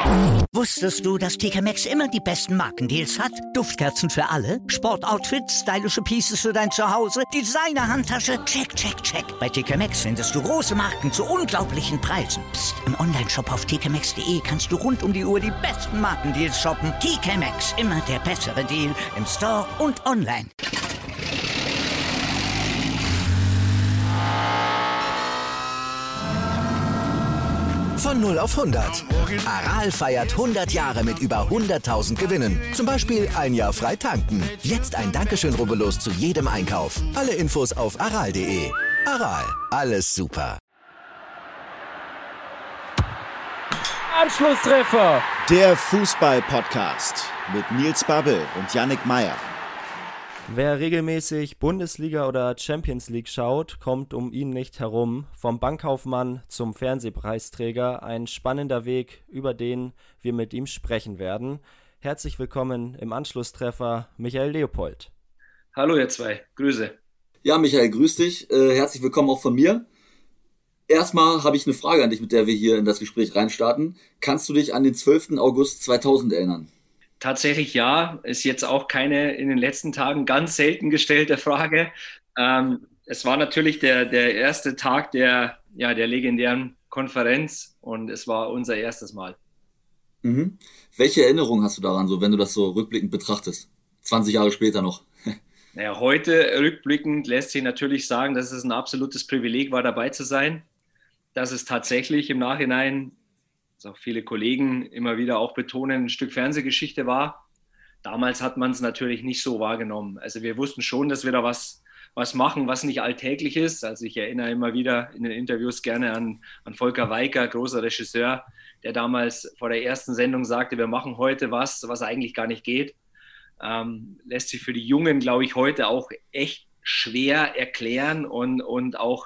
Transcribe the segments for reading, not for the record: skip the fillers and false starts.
Wusstest du, dass TK Maxx immer die besten Markendeals hat? Duftkerzen für alle, Sportoutfits, stylische Pieces für dein Zuhause, Designer-Handtasche, check, check, check. Bei TK Maxx findest du große Marken zu unglaublichen Preisen. Psst. Im Onlineshop auf tkmaxx.de kannst du rund um die Uhr die besten Markendeals shoppen. TK Maxx, immer der bessere Deal im Store und online. Von 0 auf 100. Aral feiert 100 Jahre mit über 100.000 Gewinnen. Zum Beispiel ein Jahr frei tanken. Jetzt ein Dankeschön, rubbellos zu jedem Einkauf. Alle Infos auf aral.de. Aral, alles super. Anschlusstreffer! Der Fußball-Podcast mit Nils Babbel und Yannick Meyer. Wer regelmäßig Bundesliga oder Champions League schaut, kommt um ihn nicht herum. Vom Bankkaufmann zum Fernsehpreisträger, ein spannender Weg, über den wir mit ihm sprechen werden. Herzlich willkommen im Anschlusstreffer, Michael Leopold. Hallo ihr zwei, Grüße. Ja, Michael, grüß dich. Herzlich willkommen auch von mir. Erstmal habe ich eine Frage an dich, mit der wir hier in das Gespräch reinstarten. Kannst du dich an den 12. August 2000 erinnern? Tatsächlich ja, ist jetzt auch keine in den letzten Tagen ganz selten gestellte Frage. Es war natürlich der erste Tag der legendären Konferenz und es war unser erstes Mal. Mhm. Welche Erinnerung hast du daran, so wenn du das so rückblickend betrachtest? 20 Jahre später noch. Naja, heute rückblickend lässt sich natürlich sagen, dass es ein absolutes Privileg war, dabei zu sein. Dass es tatsächlich im Nachhinein, was auch viele Kollegen immer wieder auch betonen, ein Stück Fernsehgeschichte war. Damals hat man es natürlich nicht so wahrgenommen. Also wir wussten schon, dass wir da was machen, was nicht alltäglich ist. Also ich erinnere immer wieder in den Interviews gerne an Volker Weicker, großer Regisseur, der damals vor der ersten Sendung sagte, wir machen heute was eigentlich gar nicht geht. Lässt sich für die Jungen, glaube ich, heute auch echt schwer erklären und auch,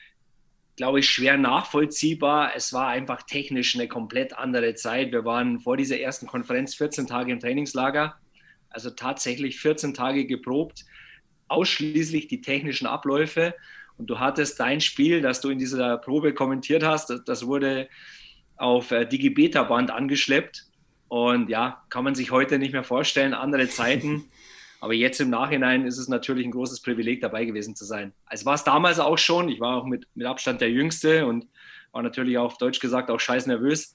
glaube ich, schwer nachvollziehbar. Es war einfach technisch eine komplett andere Zeit. Wir waren vor dieser ersten Konferenz 14 Tage im Trainingslager, also tatsächlich 14 Tage geprobt, ausschließlich die technischen Abläufe. Und du hattest dein Spiel, das du in dieser Probe kommentiert hast, das wurde auf Digibeta-Band angeschleppt. Und ja, kann man sich heute nicht mehr vorstellen, andere Zeiten. Aber jetzt im Nachhinein ist es natürlich ein großes Privileg, dabei gewesen zu sein. Also war es damals auch schon. Ich war auch mit Abstand der Jüngste und war natürlich auch auf Deutsch gesagt auch scheiß nervös.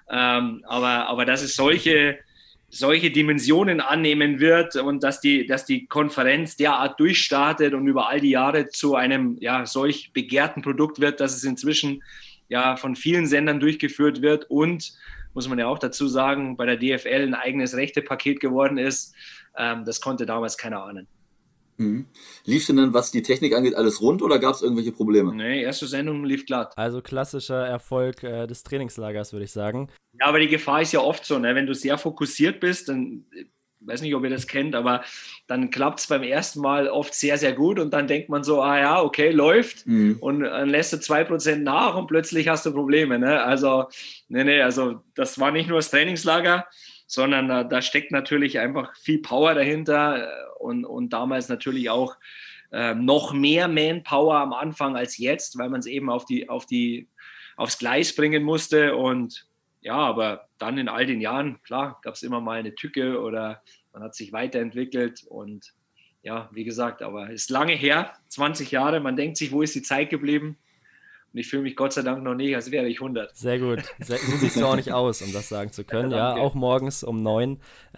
Aber dass es solche Dimensionen annehmen wird und dass die Konferenz derart durchstartet und über all die Jahre zu einem solch begehrten Produkt wird, dass es inzwischen von vielen Sendern durchgeführt wird und, muss man ja auch dazu sagen, bei der DFL ein eigenes Rechtepaket geworden ist. Das konnte damals keiner ahnen. Mhm. Lief denn dann, was die Technik angeht, alles rund oder gab es irgendwelche Probleme? Nee, erste Sendung lief glatt. Also klassischer Erfolg des Trainingslagers, würde ich sagen. Ja, aber die Gefahr ist ja oft so, ne? Wenn du sehr fokussiert bist, dann, ich weiß nicht, ob ihr das kennt, aber dann klappt es beim ersten Mal oft sehr, sehr gut und dann denkt man so, okay, läuft und dann lässt du 2% nach und plötzlich hast du Probleme. Ne? Also das war nicht nur das Trainingslager, sondern da steckt natürlich einfach viel Power dahinter und damals natürlich auch noch mehr Manpower am Anfang als jetzt, weil man es eben aufs Gleis bringen musste und ja, aber dann in all den Jahren, klar, gab es immer mal eine Tücke oder man hat sich weiterentwickelt und ja, wie gesagt, aber ist lange her, 20 Jahre, man denkt sich, wo ist die Zeit geblieben? Und ich fühle mich Gott sei Dank noch nicht, als wäre ich 100. Sehr gut. So siehst du auch nicht aus, um das sagen zu können. Ja, auch morgens um 9.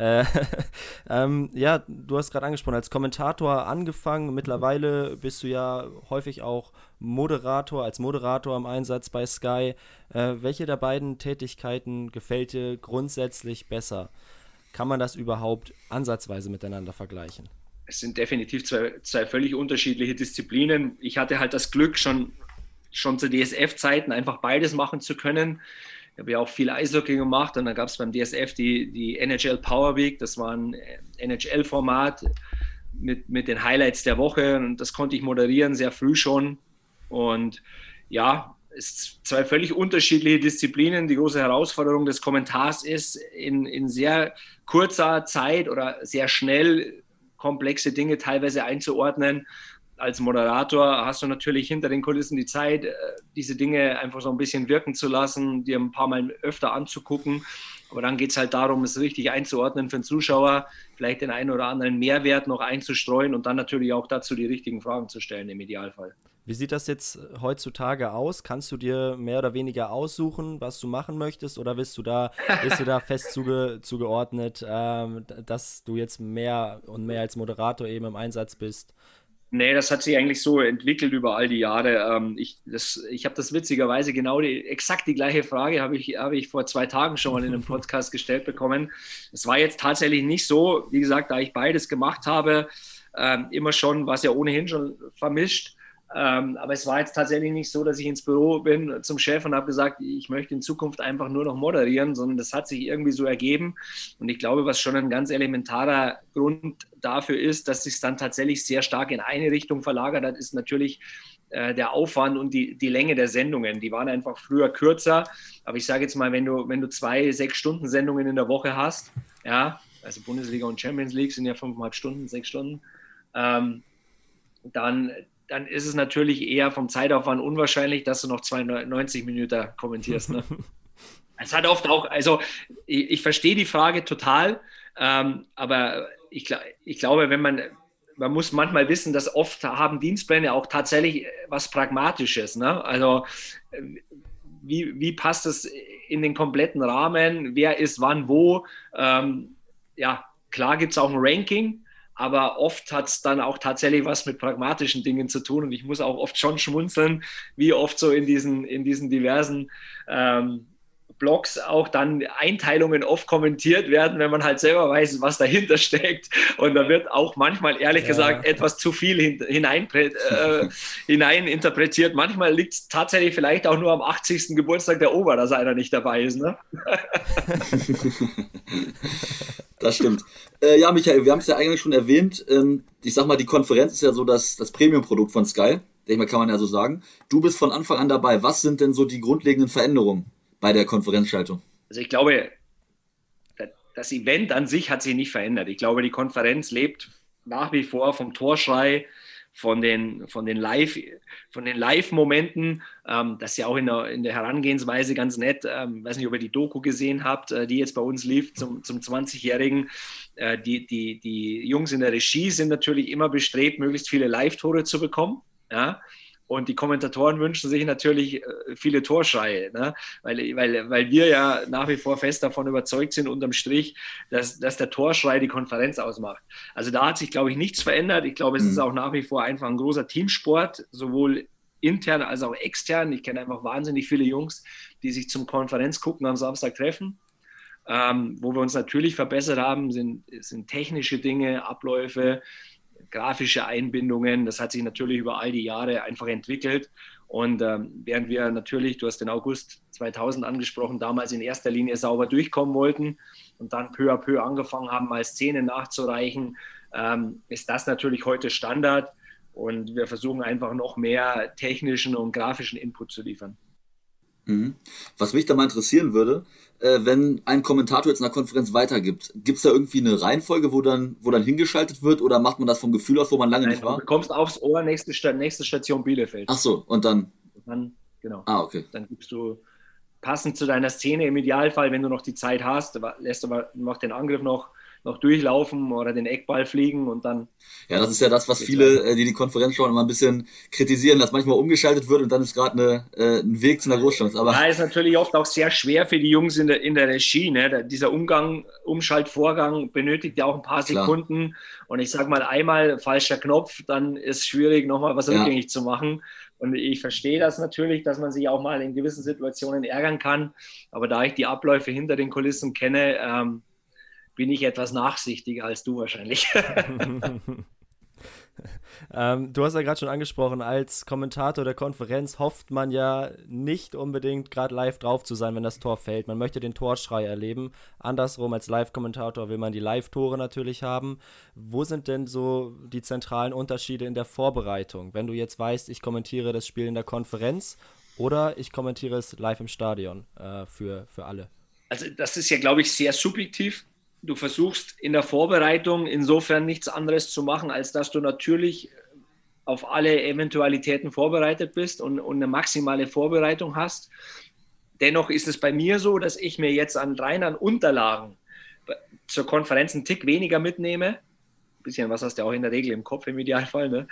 Ja, du hast gerade angesprochen, als Kommentator angefangen. Mittlerweile bist du ja häufig auch als Moderator im Einsatz bei Sky. Welche der beiden Tätigkeiten gefällt dir grundsätzlich besser? Kann man das überhaupt ansatzweise miteinander vergleichen? Es sind definitiv zwei völlig unterschiedliche Disziplinen. Ich hatte halt das Glück, schon zu DSF-Zeiten einfach beides machen zu können. Ich habe ja auch viel Eishockey gemacht und dann gab es beim DSF die NHL Power Week. Das war ein NHL-Format mit den Highlights der Woche und das konnte ich moderieren, sehr früh schon. Und ja, es sind zwei völlig unterschiedliche Disziplinen. Die große Herausforderung des Kommentars ist, in sehr kurzer Zeit oder sehr schnell komplexe Dinge teilweise einzuordnen als Moderator hast du natürlich hinter den Kulissen die Zeit, diese Dinge einfach so ein bisschen wirken zu lassen, dir ein paar Mal öfter anzugucken. Aber dann geht es halt darum, es richtig einzuordnen für den Zuschauer, vielleicht den einen oder anderen Mehrwert noch einzustreuen und dann natürlich auch dazu die richtigen Fragen zu stellen im Idealfall. Wie sieht das jetzt heutzutage aus? Kannst du dir mehr oder weniger aussuchen, was du machen möchtest, oder bist du da fest zugeordnet, dass du jetzt mehr und mehr als Moderator eben im Einsatz bist? Nee, das hat sich eigentlich so entwickelt über all die Jahre. Ich habe das witzigerweise exakt die gleiche Frage habe ich vor 2 Tagen schon mal in einem Podcast gestellt bekommen. Es war jetzt tatsächlich nicht so, wie gesagt, da ich beides gemacht habe, immer schon, war es ja ohnehin schon vermischt. Aber es war jetzt tatsächlich nicht so, dass ich ins Büro bin zum Chef und habe gesagt, ich möchte in Zukunft einfach nur noch moderieren, sondern das hat sich irgendwie so ergeben. Und ich glaube, was schon ein ganz elementarer Grund dafür ist, dass sich es dann tatsächlich sehr stark in eine Richtung verlagert hat, ist natürlich der Aufwand und die Länge der Sendungen. Die waren einfach früher kürzer. Aber ich sage jetzt mal, wenn du 2 6-Stunden-Sendungen in der Woche hast, ja, also Bundesliga und Champions League sind ja 5,5 Stunden, 6 Stunden, dann ist es natürlich eher vom Zeitaufwand unwahrscheinlich, dass du noch 92 Minuten kommentierst. Ne? Es hat oft auch, also ich verstehe die Frage total, aber ich glaube, man muss manchmal wissen, dass oft haben Dienstpläne auch tatsächlich was Pragmatisches. Ne? Also wie passt es in den kompletten Rahmen? Wer ist wann wo? Ja, klar gibt es auch ein Ranking, aber oft hat es dann auch tatsächlich was mit pragmatischen Dingen zu tun und ich muss auch oft schon schmunzeln, wie oft so in diesen diversen Blogs auch dann Einteilungen oft kommentiert werden, wenn man halt selber weiß, was dahinter steckt, und da wird auch manchmal, ehrlich gesagt, etwas zu viel hineininterpretiert. Manchmal liegt es tatsächlich vielleicht auch nur am 80. Geburtstag der Ober, dass einer nicht dabei ist, ne? Das stimmt. Ja, Michael, wir haben es ja eigentlich schon erwähnt. Ich sag mal, die Konferenz ist ja so das Premium-Produkt von Sky. Denke ich mal, kann man ja so sagen. Du bist von Anfang an dabei. Was sind denn so die grundlegenden Veränderungen bei der Konferenzschaltung? Also ich glaube, das Event an sich hat sich nicht verändert. Ich glaube, die Konferenz lebt nach wie vor vom Torschrei, von den Live-Momenten. Das ist ja auch in der Herangehensweise ganz nett. Weiß nicht, ob ihr die Doku gesehen habt, die jetzt bei uns lief zum 20-Jährigen. Die Jungs in der Regie sind natürlich immer bestrebt, möglichst viele Live-Tore zu bekommen. Ja? Und die Kommentatoren wünschen sich natürlich viele Torschreie, ne? Weil wir ja nach wie vor fest davon überzeugt sind, unterm Strich, dass der Torschrei die Konferenz ausmacht. Also da hat sich, glaube ich, nichts verändert. Ich glaube, es ist auch nach wie vor einfach ein großer Teamsport, sowohl intern als auch extern. Ich kenne einfach wahnsinnig viele Jungs, die sich zum Konferenzgucken am Samstag treffen. Wo wir uns natürlich verbessert haben, sind technische Dinge, Abläufe, grafische Einbindungen. Das hat sich natürlich über all die Jahre einfach entwickelt. Und während wir natürlich, du hast den August 2000 angesprochen, damals in erster Linie sauber durchkommen wollten und dann peu à peu angefangen haben, mal Szenen nachzureichen, ist das natürlich heute Standard. Und wir versuchen einfach noch mehr technischen und grafischen Input zu liefern. Was mich da mal interessieren würde, wenn ein Kommentator jetzt in der Konferenz weitergibt, gibt es da irgendwie eine Reihenfolge, wo dann hingeschaltet wird, oder macht man das vom Gefühl aus, wo man lange nicht war? Du bekommst aufs Ohr, nächste Station Bielefeld. Ach so, und dann? Genau. Okay. Dann gibst du passend zu deiner Szene im Idealfall, wenn du noch die Zeit hast, lässt du noch den Angriff noch durchlaufen oder den Eckball fliegen und dann... Ja, das ist ja das, was viele, die Konferenz schauen, immer ein bisschen kritisieren, dass manchmal umgeschaltet wird und dann ist gerade ein Weg zu einer Großchance. Aber ist natürlich oft auch sehr schwer für die Jungs in der Regie. Ne? Dieser Umschaltvorgang benötigt ja auch ein paar Sekunden. Und ich sage mal, einmal falscher Knopf, dann ist es schwierig, nochmal was rückgängig zu machen. Und ich verstehe das natürlich, dass man sich auch mal in gewissen Situationen ärgern kann. Aber da ich die Abläufe hinter den Kulissen kenne, bin ich etwas nachsichtiger als du wahrscheinlich. Du hast ja gerade schon angesprochen, als Kommentator der Konferenz hofft man ja nicht unbedingt gerade live drauf zu sein, wenn das Tor fällt. Man möchte den Torschrei erleben. Andersrum, als Live-Kommentator will man die Live-Tore natürlich haben. Wo sind denn so die zentralen Unterschiede in der Vorbereitung? Wenn du jetzt weißt, ich kommentiere das Spiel in der Konferenz oder ich kommentiere es live im Stadion für alle. Also das ist ja, glaube ich, sehr subjektiv. Du versuchst in der Vorbereitung insofern nichts anderes zu machen, als dass du natürlich auf alle Eventualitäten vorbereitet bist und eine maximale Vorbereitung hast. Dennoch ist es bei mir so, dass ich mir jetzt rein an Unterlagen zur Konferenz einen Tick weniger mitnehme. Ein bisschen was hast du auch in der Regel im Kopf im Idealfall, ne?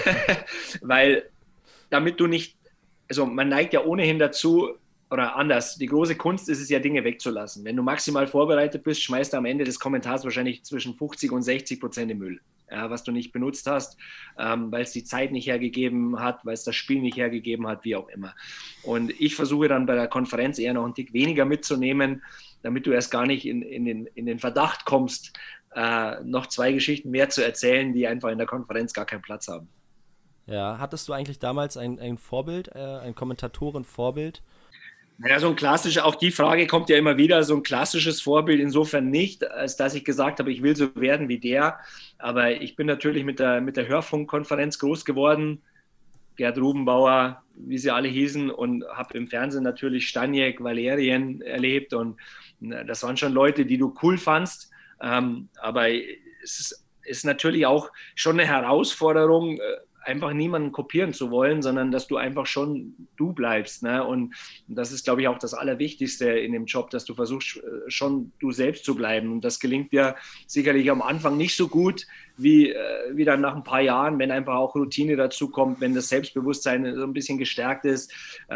Weil damit du nicht, also man neigt ja ohnehin dazu, oder anders, die große Kunst ist es ja, Dinge wegzulassen. Wenn du maximal vorbereitet bist, schmeißt du am Ende des Kommentars wahrscheinlich zwischen 50% und 60% im Müll. Ja, was du nicht benutzt hast, weil es die Zeit nicht hergegeben hat, weil es das Spiel nicht hergegeben hat, wie auch immer. Und ich versuche dann bei der Konferenz eher noch einen Tick weniger mitzunehmen, damit du erst gar nicht in den Verdacht kommst, noch 2 Geschichten mehr zu erzählen, die einfach in der Konferenz gar keinen Platz haben. Ja, hattest du eigentlich damals ein Vorbild, ein Kommentatorenvorbild? Ja, so ein klassischer, auch die Frage kommt ja immer wieder, so ein klassisches Vorbild insofern nicht, als dass ich gesagt habe, ich will so werden wie der. Aber ich bin natürlich mit der Hörfunkkonferenz groß geworden, Gerd Rubenbauer, wie sie alle hießen, und habe im Fernsehen natürlich Staniek, Valerien erlebt. Und das waren schon Leute, die du cool fandst. Aber es ist natürlich auch schon eine Herausforderung, einfach niemanden kopieren zu wollen, sondern dass du einfach schon du bleibst. Ne? Und das ist, glaube ich, auch das Allerwichtigste in dem Job, dass du versuchst, schon du selbst zu bleiben. Und das gelingt dir sicherlich am Anfang nicht so gut, wie dann nach ein paar Jahren, wenn einfach auch Routine dazu kommt, wenn das Selbstbewusstsein so ein bisschen gestärkt ist,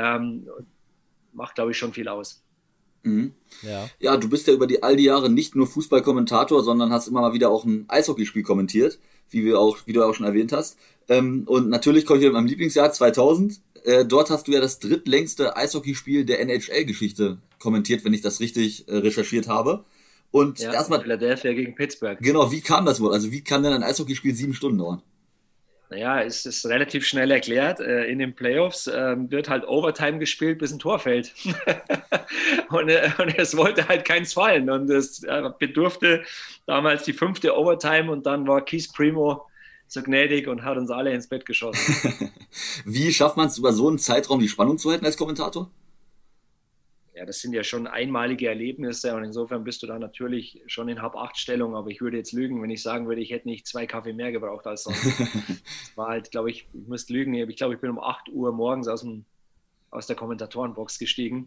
macht, glaube ich, schon viel aus. Mhm. Ja, du bist ja über all die Jahre nicht nur Fußballkommentator, sondern hast immer mal wieder auch ein Eishockeyspiel kommentiert, wie du auch schon erwähnt hast. Und natürlich komme ich mit meinem Lieblingsjahr 2000. Dort hast du ja das drittlängste Eishockeyspiel der NHL-Geschichte kommentiert, wenn ich das richtig recherchiert habe. Und ja, erstmal Philadelphia gegen Pittsburgh. Genau, wie kam das wohl? Also wie kann denn ein Eishockeyspiel 7 Stunden dauern? Naja, es ist relativ schnell erklärt. In den Playoffs wird halt Overtime gespielt, bis ein Tor fällt. und es wollte halt keins fallen. Und es bedurfte damals die 5. Overtime und dann war Keith Primo so gnädig und hat uns alle ins Bett geschossen. Wie schafft man es, über so einen Zeitraum die Spannung zu halten als Kommentator? Ja, das sind ja schon einmalige Erlebnisse und insofern bist du da natürlich schon in Hab-8-Stellung, aber ich würde jetzt lügen, wenn ich sagen würde, ich hätte nicht 2 Kaffee mehr gebraucht als sonst. Es war halt, glaube ich müsste lügen, ich glaube, ich bin um 8 Uhr morgens aus der Kommentatorenbox gestiegen.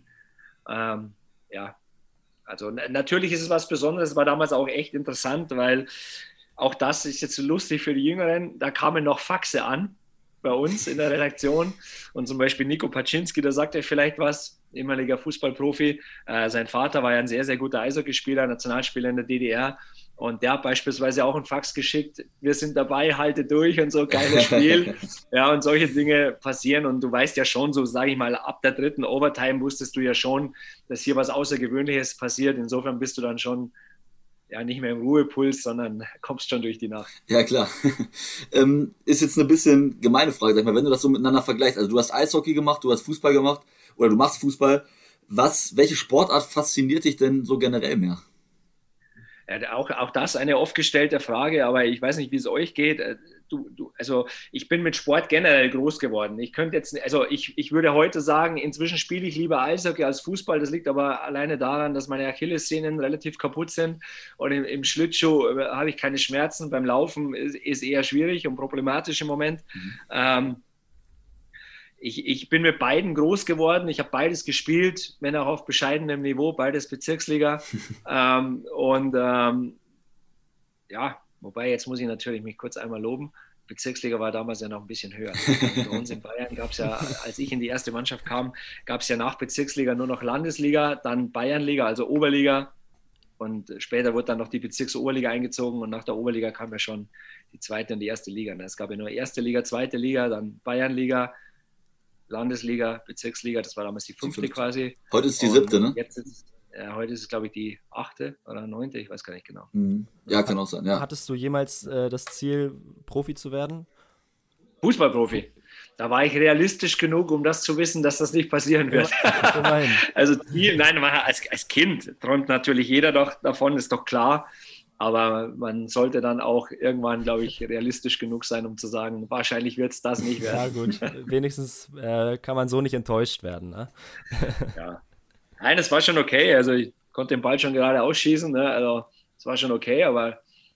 Ja, also natürlich ist es was Besonderes, es war damals auch echt interessant, weil auch das ist jetzt so lustig für die Jüngeren, da kamen noch Faxe an bei uns in der Redaktion und zum Beispiel Nico Paczynski, da sagt er vielleicht was, ehemaliger Fußballprofi, sein Vater war ja ein sehr, sehr guter Eishockeyspieler, Nationalspieler in der DDR und der hat beispielsweise auch einen Fax geschickt, wir sind dabei, halte durch und so, geiles Spiel. Ja, und solche Dinge passieren und du weißt ja schon, so sage ich mal, ab der 3. Overtime wusstest du ja schon, dass hier was Außergewöhnliches passiert, insofern bist du dann schon ja nicht mehr im Ruhepuls, sondern kommst schon durch die Nacht. Ja, klar. Ist jetzt eine bisschen gemeine Frage, sag mal, wenn du das so miteinander vergleichst. Also du hast Eishockey gemacht, du hast Fußball gemacht oder du machst Fußball. Welche Sportart fasziniert dich denn so generell mehr? Ja, auch das eine oft gestellte Frage, aber ich weiß nicht, wie es euch geht. Also ich bin mit Sport generell groß geworden. Ich würde heute sagen, inzwischen spiele ich lieber Eishockey als Fußball. Das liegt aber alleine daran, dass meine Achillessehnen relativ kaputt sind und im Schlittschuh habe ich keine Schmerzen. Beim Laufen ist eher schwierig und problematisch im Moment. Ich bin mit beiden groß geworden. Ich habe beides gespielt, wenn auch auf bescheidenem Niveau, beides Bezirksliga. Ja, wobei, jetzt muss ich natürlich mich kurz einmal loben. Bezirksliga war damals ja noch ein bisschen höher. Bei uns in Bayern gab es ja, als ich in die erste Mannschaft kam, gab es ja nach Bezirksliga nur noch Landesliga, dann Bayernliga, also Oberliga. Und später wurde dann noch die Bezirksoberliga eingezogen und nach der Oberliga kam ja schon die 2. und die 1. Liga. Es gab ja nur 1. Liga, 2. Liga, dann Bayernliga, Landesliga, Bezirksliga, das war damals die 5. quasi. Heute ist die 7., ne? Heute ist es, glaube ich, die 8. oder 9., ich weiß gar nicht genau. Ja, kann auch sein, ja. Hattest du jemals das Ziel, Profi zu werden? Fußballprofi. Da war ich realistisch genug, um das zu wissen, dass das nicht passieren wird. Also Ziel, nein, als Kind träumt natürlich jeder doch davon, ist doch klar. Aber man sollte dann auch irgendwann, glaube ich, realistisch genug sein, um zu sagen, wahrscheinlich wird es das nicht werden. Ja gut, wenigstens kann man so nicht enttäuscht werden. Ne? Ja. Nein, es war schon okay. Also ich konnte den Ball schon gerade ausschießen. Ne? Also es war schon okay, aber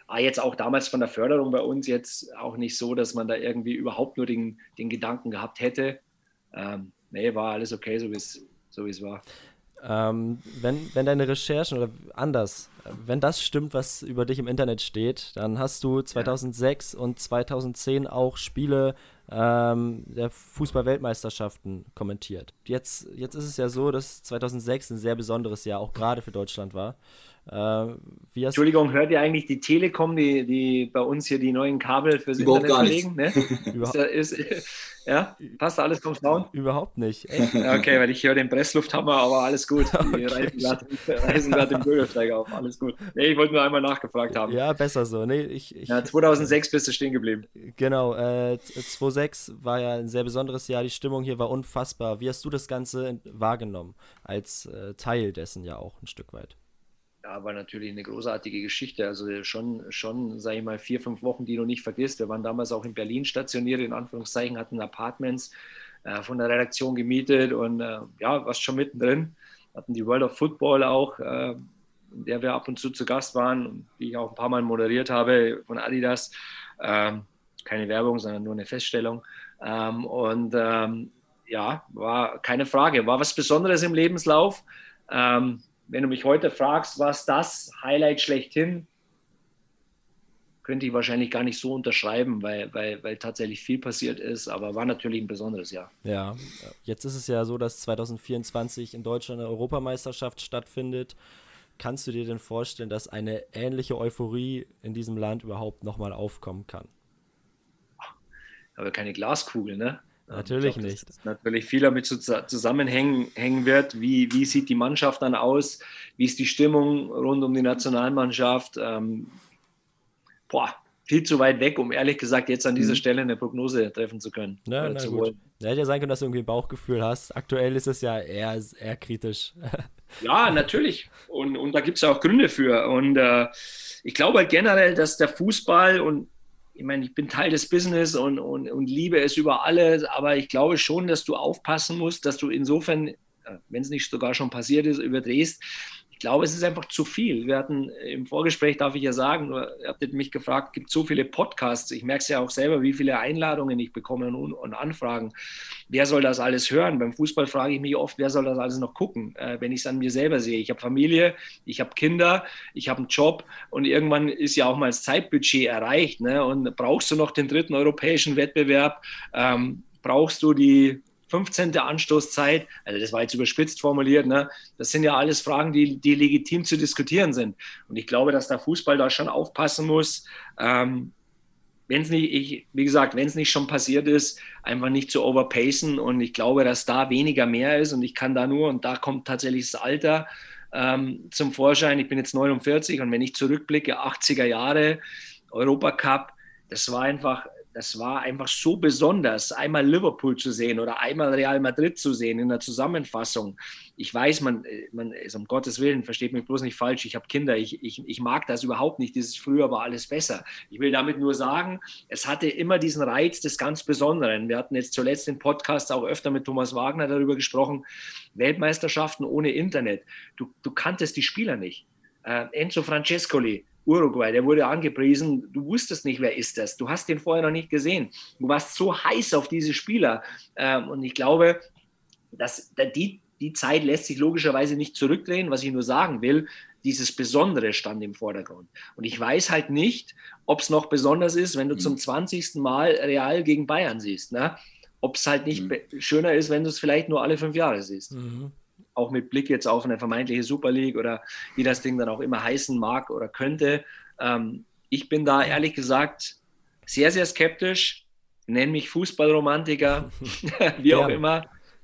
war jetzt auch damals von der Förderung bei uns jetzt auch nicht so, dass man da irgendwie überhaupt nur den Gedanken gehabt hätte. Nee, war alles okay, so wie es war. Wenn deine Recherchen oder anders, wenn das stimmt, was über dich im Internet steht, dann hast du 2006 und 2010 auch Spiele der Fußball-Weltmeisterschaften kommentiert. Jetzt ist es ja so, dass 2006 ein sehr besonderes Jahr auch gerade für Deutschland war. Entschuldigung, hört ihr eigentlich die Telekom, die bei uns hier die neuen Kabel fürs Überhaupt Internet gar verlegen? Ne? Ja, passt da alles, kommt down? Überhaupt nicht. Echt? Okay, weil ich höre den Presslufthammer, aber alles gut. Die reisen gerade den Bürgersteig auf, alles gut. Nee, ich wollte nur einmal nachgefragt haben. Ja, besser so. Nee, 2006 bist du stehen geblieben. Genau, 2006 war ja ein sehr besonderes Jahr, die Stimmung hier war unfassbar. Wie hast du das Ganze wahrgenommen, als Teil dessen ja auch ein Stück weit? Ja, war natürlich eine großartige Geschichte. Also schon, sage ich mal, 4-5 Wochen, die du nicht vergisst. Wir waren damals auch in Berlin stationiert, in Anführungszeichen, hatten Apartments von der Redaktion gemietet und warst schon mittendrin. Hatten die World of Football auch, in der wir ab und zu Gast waren und die ich auch ein paar Mal moderiert habe von Adidas. Keine Werbung, sondern nur eine Feststellung. War keine Frage. War was Besonderes im Lebenslauf. Wenn du mich heute fragst, was das Highlight schlechthin, könnte ich wahrscheinlich gar nicht so unterschreiben, weil tatsächlich viel passiert ist, aber war natürlich ein besonderes Jahr. Ja, jetzt ist es ja so, dass 2024 in Deutschland eine Europameisterschaft stattfindet. Kannst du dir denn vorstellen, dass eine ähnliche Euphorie in diesem Land überhaupt nochmal aufkommen kann? Aber keine Glaskugel, ne? Natürlich nicht. Dass natürlich viel damit zusammenhängen wird. Wie sieht die Mannschaft dann aus? Wie ist die Stimmung rund um die Nationalmannschaft? Viel zu weit weg, um ehrlich gesagt jetzt an dieser Stelle eine Prognose treffen zu können. Ja, gut. Ja, hätte ja sein können, dass du irgendwie ein Bauchgefühl hast. Aktuell ist es ja eher kritisch. Ja, natürlich. Und da gibt es auch Gründe für. Und ich glaube halt generell, dass der Fußball und ich meine, ich bin Teil des Business und liebe es über alles, aber ich glaube schon, dass du aufpassen musst, dass du insofern, wenn es nicht sogar schon passiert ist, überdrehst. Ich glaube, es ist einfach zu viel. Wir hatten im Vorgespräch, darf ich ja sagen, ihr habt mich gefragt, es gibt so viele Podcasts. Ich merke es ja auch selber, wie viele Einladungen ich bekomme und Anfragen. Wer soll das alles hören? Beim Fußball frage ich mich oft, wer soll das alles noch gucken, wenn ich es an mir selber sehe. Ich habe Familie, ich habe Kinder, ich habe einen Job und irgendwann ist ja auch mal das Zeitbudget erreicht. Ne? Und brauchst du noch den 3. europäischen Wettbewerb? Brauchst du die 15. Anstoßzeit, also das war jetzt überspitzt formuliert, ne? Das sind ja alles Fragen, die legitim zu diskutieren sind. Und ich glaube, dass der Fußball da schon aufpassen muss, wenn es nicht schon passiert ist, einfach nicht zu overpacen. Und ich glaube, dass da weniger mehr ist. Und ich kann da nur, und da kommt tatsächlich das Alter zum Vorschein. Ich bin jetzt 49 und wenn ich zurückblicke, 80er Jahre, Europacup, das war einfach so besonders, einmal Liverpool zu sehen oder einmal Real Madrid zu sehen in der Zusammenfassung. Ich weiß, man ist, um Gottes Willen, versteht mich bloß nicht falsch, ich habe Kinder, ich mag das überhaupt nicht, dieses früher war alles besser. Ich will damit nur sagen, es hatte immer diesen Reiz des ganz Besonderen. Wir hatten jetzt zuletzt im Podcast auch öfter mit Thomas Wagner darüber gesprochen, Weltmeisterschaften ohne Internet. Du kanntest die Spieler nicht. Enzo Francescoli, Uruguay, der wurde angepriesen, du wusstest nicht, wer ist das, du hast den vorher noch nicht gesehen, du warst so heiß auf diese Spieler und ich glaube, dass die Zeit lässt sich logischerweise nicht zurückdrehen, was ich nur sagen will, dieses Besondere stand im Vordergrund und ich weiß halt nicht, ob es noch besonders ist, wenn du zum 20. Mal Real gegen Bayern siehst, ne? Ob es halt nicht schöner ist, wenn du es vielleicht nur alle 5 Jahre siehst. Auch mit Blick jetzt auf eine vermeintliche Super League oder wie das Ding dann auch immer heißen mag oder könnte. Ich bin da ehrlich gesagt sehr, sehr skeptisch, nenne mich Fußballromantiker, wie auch immer,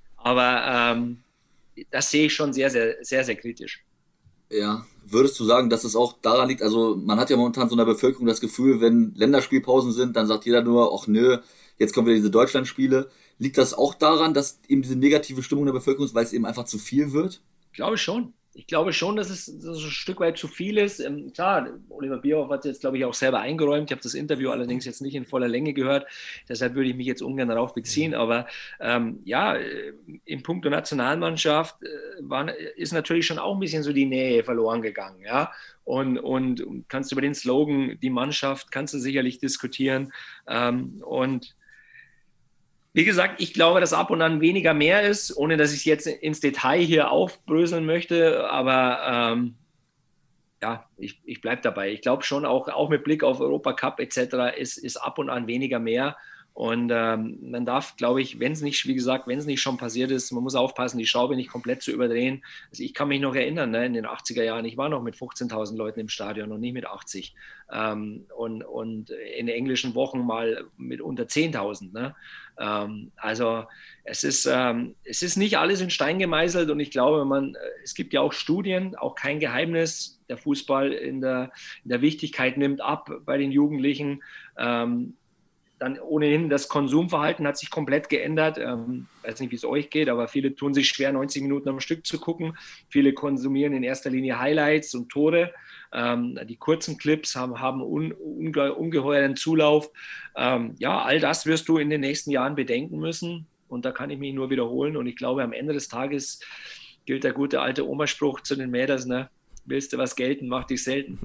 aber das sehe ich schon sehr, sehr, sehr, sehr kritisch. Ja, würdest du sagen, dass es auch daran liegt, also man hat ja momentan so in der Bevölkerung das Gefühl, wenn Länderspielpausen sind, dann sagt jeder nur, ach nö, jetzt kommen wieder diese Deutschlandspiele. Liegt das auch daran, dass eben diese negative Stimmung der Bevölkerung ist, weil es eben einfach zu viel wird? Ich glaube schon. Ich glaube schon, dass es ein Stück weit zu viel ist. Klar, Oliver Bierhoff hat jetzt, glaube ich, auch selber eingeräumt. Ich habe das Interview allerdings jetzt nicht in voller Länge gehört. Deshalb würde ich mich jetzt ungern darauf beziehen. Aber in puncto Nationalmannschaft ist natürlich schon auch ein bisschen so die Nähe verloren gegangen. Ja? Und kannst über den Slogan, die Mannschaft, kannst du sicherlich diskutieren. Und wie gesagt, ich glaube, dass ab und an weniger mehr ist, ohne dass ich es jetzt ins Detail hier aufbröseln möchte. Aber ich bleibe dabei. Ich glaube schon, auch mit Blick auf Europacup etc. ist ab und an weniger mehr. Und man darf, glaube ich, wenn es nicht schon passiert ist, man muss aufpassen, die Schraube nicht komplett zu überdrehen. Also ich kann mich noch erinnern, in den 80er Jahren, ich war noch mit 15.000 Leuten im Stadion und nicht mit 80. Und in englischen Wochen mal mit unter 10.000. Ne? Also es ist nicht alles in Stein gemeißelt und ich glaube, es gibt ja auch Studien, auch kein Geheimnis, der Fußball in der Wichtigkeit nimmt ab bei den Jugendlichen. Dann ohnehin das Konsumverhalten hat sich komplett geändert. Weiß nicht, wie es euch geht, aber viele tun sich schwer, 90 Minuten am Stück zu gucken. Viele konsumieren in erster Linie Highlights und Tore. Die kurzen Clips haben ungeheuren Zulauf. All das wirst du in den nächsten Jahren bedenken müssen. Und da kann ich mich nur wiederholen. Und ich glaube, am Ende des Tages gilt der gute alte Oma-Spruch zu den Mädels, ne? Willst du was gelten, mach dich selten.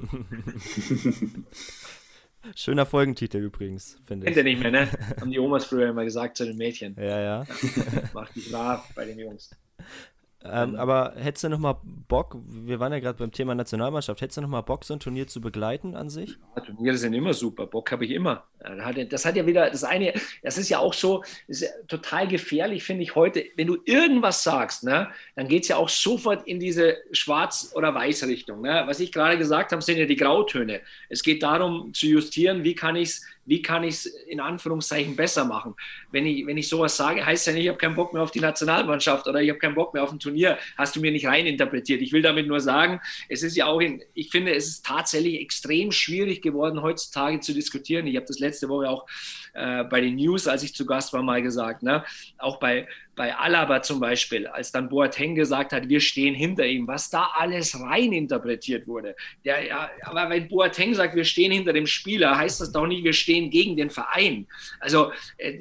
Schöner Folgentitel übrigens, finde ich. Kennt ihr nicht mehr, ne? Haben die Omas früher immer gesagt zu den Mädchen. Ja. Mach dich brav bei den Jungs. Aber hättest du nochmal Bock, wir waren ja gerade beim Thema Nationalmannschaft, hättest du nochmal Bock, so ein Turnier zu begleiten an sich? Ja, Turniere sind immer super, Bock habe ich immer. Das hat ja wieder, das ist ja auch so, ist ja total gefährlich, finde ich heute, wenn du irgendwas sagst, ne, dann geht es ja auch sofort in diese Schwarz- oder Weiß-Richtung. Ne? Was ich gerade gesagt habe, sind ja die Grautöne. Es geht darum zu justieren, wie kann ich es in Anführungszeichen besser machen. Wenn ich sowas sage, heißt ja nicht, ich habe keinen Bock mehr auf die Nationalmannschaft oder ich habe keinen Bock mehr auf ein Turnier. Hast du mir nicht reininterpretiert. Ich will damit nur sagen, es ist ja auch, ich finde, es ist tatsächlich extrem schwierig geworden, heutzutage zu diskutieren. Ich habe das letzte Woche auch bei den News, als ich zu Gast war, mal gesagt. Ne? Auch bei Alaba zum Beispiel, als dann Boateng gesagt hat, wir stehen hinter ihm, was da alles reininterpretiert wurde. Aber wenn Boateng sagt, wir stehen hinter dem Spieler, heißt das doch nicht, wir stehen gegen den Verein. Also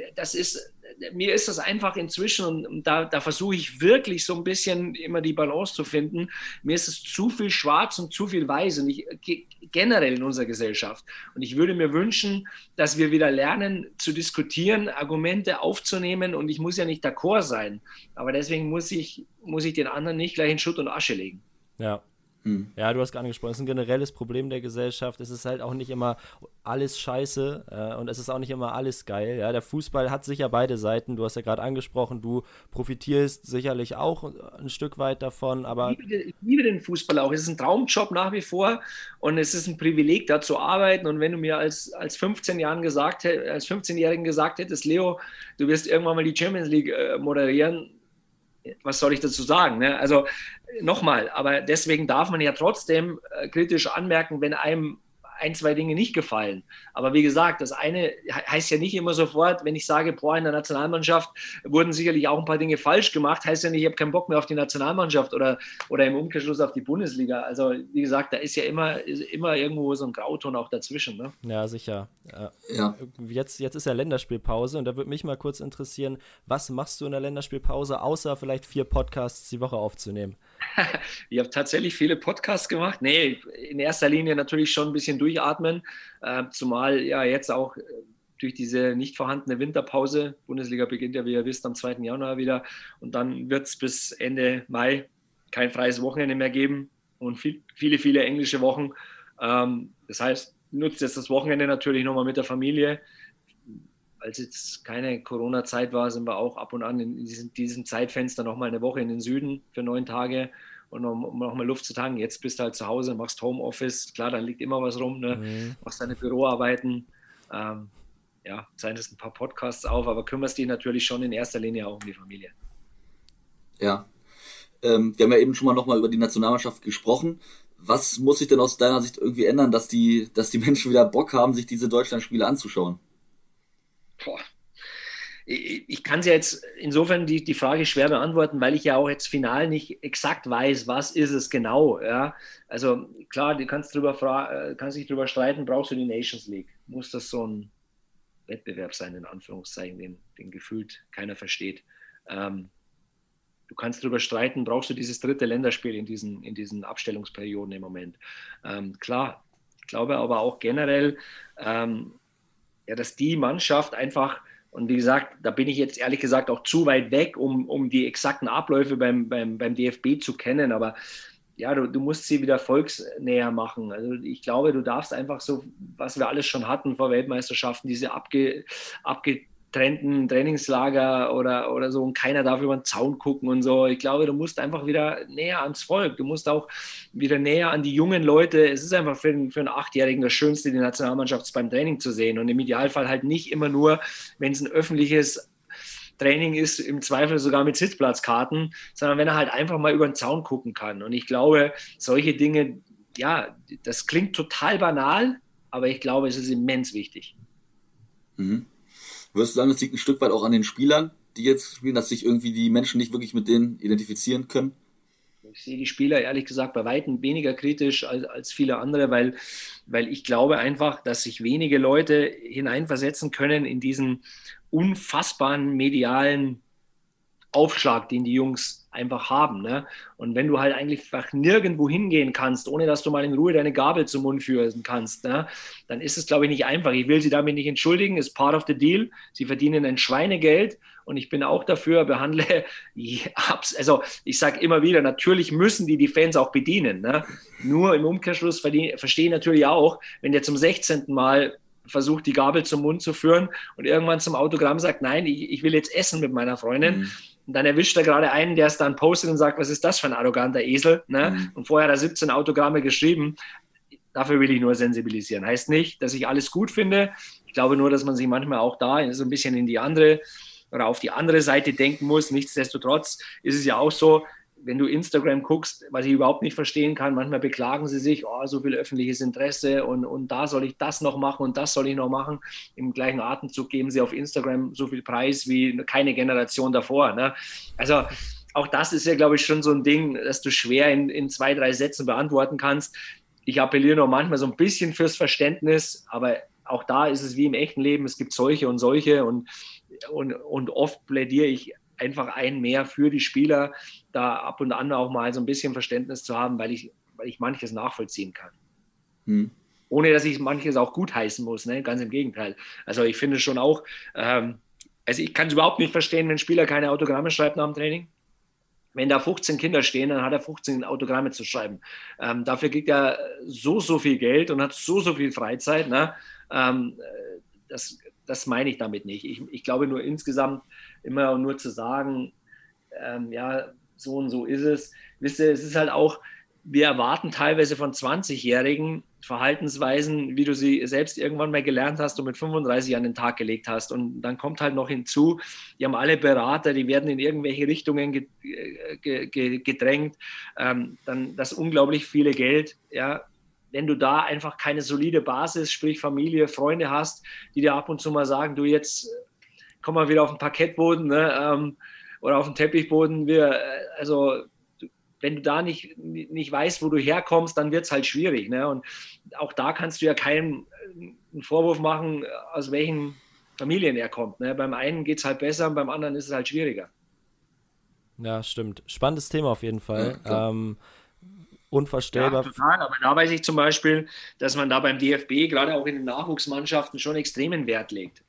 mir ist das einfach inzwischen, und da versuche ich wirklich so ein bisschen immer die Balance zu finden, mir ist es zu viel schwarz und zu viel weiß und generell in unserer Gesellschaft. Und ich würde mir wünschen, dass wir wieder lernen zu diskutieren, Argumente aufzunehmen und ich muss ja nicht d'accord sein, aber deswegen muss ich den anderen nicht gleich in Schutt und Asche legen. Ja. Ja, du hast gerade angesprochen, es ist ein generelles Problem der Gesellschaft. Es ist halt auch nicht immer alles scheiße und es ist auch nicht immer alles geil. Ja? Der Fußball hat sicher beide Seiten. Du hast ja gerade angesprochen, du profitierst sicherlich auch ein Stück weit davon. Aber ich liebe den Fußball auch. Es ist ein Traumjob nach wie vor und es ist ein Privileg, da zu arbeiten. Und wenn du mir als 15-Jährigen gesagt hättest, Leo, du wirst irgendwann mal die Champions League moderieren, was soll ich dazu sagen? Ne? Also nochmal, aber deswegen darf man ja trotzdem kritisch anmerken, wenn einem ein, zwei Dinge nicht gefallen. Aber wie gesagt, das eine heißt ja nicht immer sofort, wenn ich sage, in der Nationalmannschaft wurden sicherlich auch ein paar Dinge falsch gemacht, heißt ja nicht, ich habe keinen Bock mehr auf die Nationalmannschaft oder im Umkehrschluss auf die Bundesliga. Also wie gesagt, da ist ja immer irgendwo so ein Grauton auch dazwischen. Ne? Ja, sicher. Ja. Jetzt ist ja Länderspielpause und da würde mich mal kurz interessieren, was machst du in der Länderspielpause, außer vielleicht 4 Podcasts die Woche aufzunehmen? Ich habe tatsächlich viele Podcasts gemacht. Nee, in erster Linie natürlich schon ein bisschen durchatmen, zumal ja jetzt auch durch diese nicht vorhandene Winterpause, Bundesliga beginnt ja, wie ihr wisst, am 2. Januar wieder und dann wird es bis Ende Mai kein freies Wochenende mehr geben und viele englische Wochen. Das heißt, nutzt jetzt das Wochenende natürlich nochmal mit der Familie. Als jetzt keine Corona-Zeit war, sind wir auch ab und an in diesem Zeitfenster nochmal eine Woche in den Süden für 9 Tage und um nochmal Luft zu tanken. Jetzt bist du halt zu Hause, machst Homeoffice, klar, da liegt immer was rum, ne? Machst deine Büroarbeiten, zeichnest ein paar Podcasts auf, aber kümmerst dich natürlich schon in erster Linie auch um die Familie. Ja, wir haben ja eben schon mal nochmal über die Nationalmannschaft gesprochen. Was muss sich denn aus deiner Sicht irgendwie ändern, dass die Menschen wieder Bock haben, sich diese Deutschlandspiele anzuschauen? ich kann es ja jetzt insofern die Frage schwer beantworten, weil ich ja auch jetzt final nicht exakt weiß, was ist es genau. Ja? Also klar, du kannst dich drüber streiten, brauchst du die Nations League? Muss das so ein Wettbewerb sein, in Anführungszeichen, den gefühlt keiner versteht? Du kannst darüber streiten, brauchst du dieses dritte Länderspiel in diesen Abstellungsperioden im Moment? Klar, ich glaube aber auch generell, dass die Mannschaft einfach, und wie gesagt, da bin ich jetzt ehrlich gesagt auch zu weit weg, um die exakten Abläufe beim DFB zu kennen, aber ja, du musst sie wieder volksnäher machen. Also ich glaube, du darfst einfach so, was wir alles schon hatten vor Weltmeisterschaften, diese abgetrennten Trainingslager oder so, und keiner darf über den Zaun gucken und so. Ich glaube, du musst einfach wieder näher ans Volk. Du musst auch wieder näher an die jungen Leute. Es ist einfach für einen 8-Jährigen das Schönste, die Nationalmannschaft beim Training zu sehen. Und im Idealfall halt nicht immer nur, wenn es ein öffentliches Training ist, im Zweifel sogar mit Sitzplatzkarten, sondern wenn er halt einfach mal über den Zaun gucken kann. Und ich glaube, solche Dinge, ja, das klingt total banal, aber ich glaube, es ist immens wichtig. Mhm. Würdest du sagen, das liegt ein Stück weit auch an den Spielern, die jetzt spielen, dass sich irgendwie die Menschen nicht wirklich mit denen identifizieren können? Ich sehe die Spieler ehrlich gesagt bei weitem weniger kritisch als viele andere, weil ich glaube einfach, dass sich wenige Leute hineinversetzen können in diesen unfassbaren medialen Aufschlag, den die Jungs einfach haben. Ne? Und wenn du halt eigentlich nirgendwo hingehen kannst, ohne dass du mal in Ruhe deine Gabel zum Mund führen kannst, ne? Dann ist es, glaube ich, nicht einfach. Ich will sie damit nicht entschuldigen, ist part of the deal. Sie verdienen ein Schweinegeld und ich bin auch dafür, also ich sage immer wieder, natürlich müssen die Fans auch bedienen. Ne? Nur im Umkehrschluss verstehe ich natürlich auch, wenn der zum 16. Mal versucht, die Gabel zum Mund zu führen und irgendwann zum Autogramm sagt, nein, ich will jetzt essen mit meiner Freundin. Mhm. Und dann erwischt er gerade einen, der es dann postet und sagt, was ist das für ein arroganter Esel? Ne? Mhm. Und vorher hat er 17 Autogramme geschrieben. Dafür will ich nur sensibilisieren. Heißt nicht, dass ich alles gut finde. Ich glaube nur, dass man sich manchmal auch da so ein bisschen in die andere oder auf die andere Seite denken muss. Nichtsdestotrotz ist es ja auch so, wenn du Instagram guckst, was ich überhaupt nicht verstehen kann, manchmal beklagen sie sich, so viel öffentliches Interesse und da soll ich das noch machen und das soll ich noch machen. Im gleichen Atemzug geben sie auf Instagram so viel Preis wie keine Generation davor. Ne? Also auch das ist ja, glaube ich, schon so ein Ding, das du schwer in 2, 3 Sätzen beantworten kannst. Ich appelliere noch manchmal so ein bisschen fürs Verständnis, aber auch da ist es wie im echten Leben, es gibt solche und solche und oft plädiere ich einfach mehr für die Spieler, da ab und an auch mal so ein bisschen Verständnis zu haben, weil ich manches nachvollziehen kann. Hm. Ohne, dass ich manches auch gutheißen muss, ne? Ganz im Gegenteil. Also ich finde schon auch, also ich kann es überhaupt nicht verstehen, wenn ein Spieler keine Autogramme schreibt nach dem Training. Wenn da 15 Kinder stehen, dann hat er 15 Autogramme zu schreiben. Dafür kriegt er so viel Geld und hat so viel Freizeit. Ne? Das meine ich damit nicht. Ich glaube nur insgesamt immer nur zu sagen, so und so ist es. Wisst ihr, es ist halt auch, wir erwarten teilweise von 20-Jährigen Verhaltensweisen, wie du sie selbst irgendwann mal gelernt hast und mit 35 an den Tag gelegt hast. Und dann kommt halt noch hinzu, die haben alle Berater, die werden in irgendwelche Richtungen gedrängt. Dann das unglaublich viele Geld, ja. Wenn du da einfach keine solide Basis, sprich Familie, Freunde hast, die dir ab und zu mal sagen, du jetzt komm mal wieder auf den Parkettboden, ne, oder auf den Teppichboden. Wenn du da nicht weißt, wo du herkommst, dann wird es halt schwierig. Ne? Und auch da kannst du ja keinen einen Vorwurf machen, aus welchen Familien er kommt. Ne? Beim einen geht es halt besser, beim anderen ist es halt schwieriger. Ja, stimmt. Spannendes Thema auf jeden Fall. Ja, unvorstellbar. Ja, total, aber da weiß ich zum Beispiel, dass man da beim DFB, gerade auch in den Nachwuchsmannschaften, schon extremen Wert legt.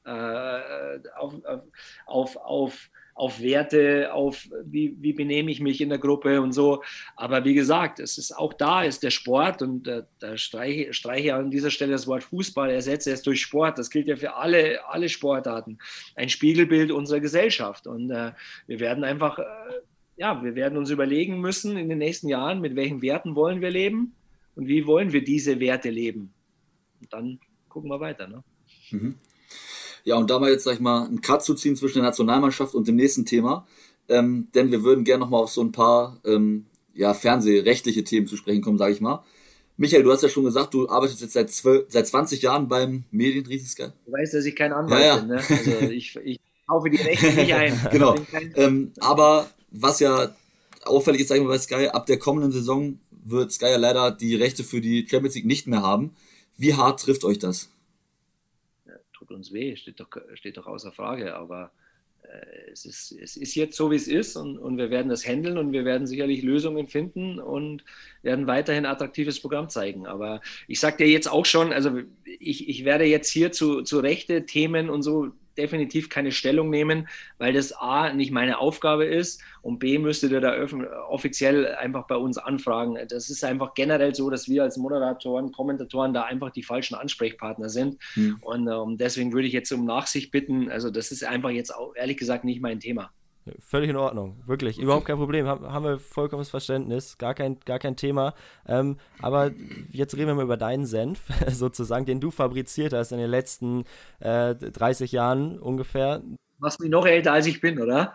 Auf Werte, auf wie benehme ich mich in der Gruppe und so. Aber wie gesagt, es ist auch da ist der Sport und da streiche an dieser Stelle das Wort Fußball, ersetze es durch Sport. Das gilt ja für alle Sportarten. Ein Spiegelbild unserer Gesellschaft. Und wir werden einfach... wir werden uns überlegen müssen in den nächsten Jahren, mit welchen Werten wollen wir leben und wie wollen wir diese Werte leben. Und dann gucken wir weiter. Ne? Mhm. Ja, und da mal jetzt, sag ich mal, einen Cut zu ziehen zwischen der Nationalmannschaft und dem nächsten Thema. Denn wir würden gerne nochmal auf so ein paar fernsehrechtliche Themen zu sprechen kommen, sage ich mal. Michael, du hast ja schon gesagt, du arbeitest jetzt seit 20 Jahren beim Medienriesen Sky. Du weißt, dass ich kein Anwalt bin. Ne? Also ich kaufe die Rechte nicht ein. Genau. Aber was ja auffällig ist, sagen wir bei Sky, ab der kommenden Saison wird Sky ja leider die Rechte für die Champions League nicht mehr haben. Wie hart trifft euch das? Ja, tut uns weh, steht doch außer Frage, aber es ist jetzt so, wie es ist und wir werden das handeln und wir werden sicherlich Lösungen finden und werden weiterhin ein attraktives Programm zeigen. Aber ich sage dir jetzt auch schon, also ich werde jetzt hier zu rechte Themen und so definitiv keine Stellung nehmen, weil das A, nicht meine Aufgabe ist und B, müsstet ihr da offiziell einfach bei uns anfragen. Das ist einfach generell so, dass wir als Moderatoren, Kommentatoren da einfach die falschen Ansprechpartner sind und deswegen würde ich jetzt um Nachsicht bitten, also das ist einfach jetzt auch ehrlich gesagt nicht mein Thema. Völlig in Ordnung, wirklich, überhaupt kein Problem, haben wir vollkommenes Verständnis, gar kein Thema, aber jetzt reden wir mal über deinen Senf, sozusagen, den du fabriziert hast in den letzten 30 Jahren ungefähr. Machst mich noch älter, als ich bin, oder?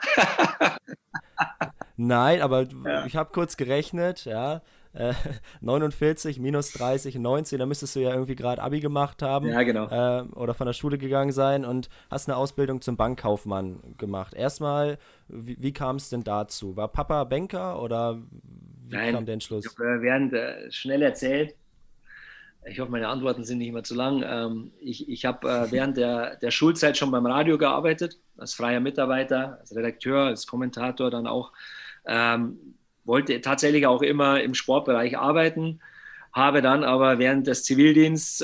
Nein, aber ich habe kurz gerechnet, 49 minus 30, 19, da müsstest du ja irgendwie gerade Abi gemacht haben. Ja, genau. Oder von der Schule gegangen sein und hast eine Ausbildung zum Bankkaufmann gemacht. Erstmal, wie kam es denn dazu? War Papa Banker oder wie kam der Entschluss? Ich habe während schnell erzählt. Ich hoffe, meine Antworten sind nicht mehr zu lang. Ich habe während der Schulzeit schon beim Radio gearbeitet, als freier Mitarbeiter, als Redakteur, als Kommentator dann auch. Wollte tatsächlich auch immer im Sportbereich arbeiten, habe dann aber während des Zivildiensts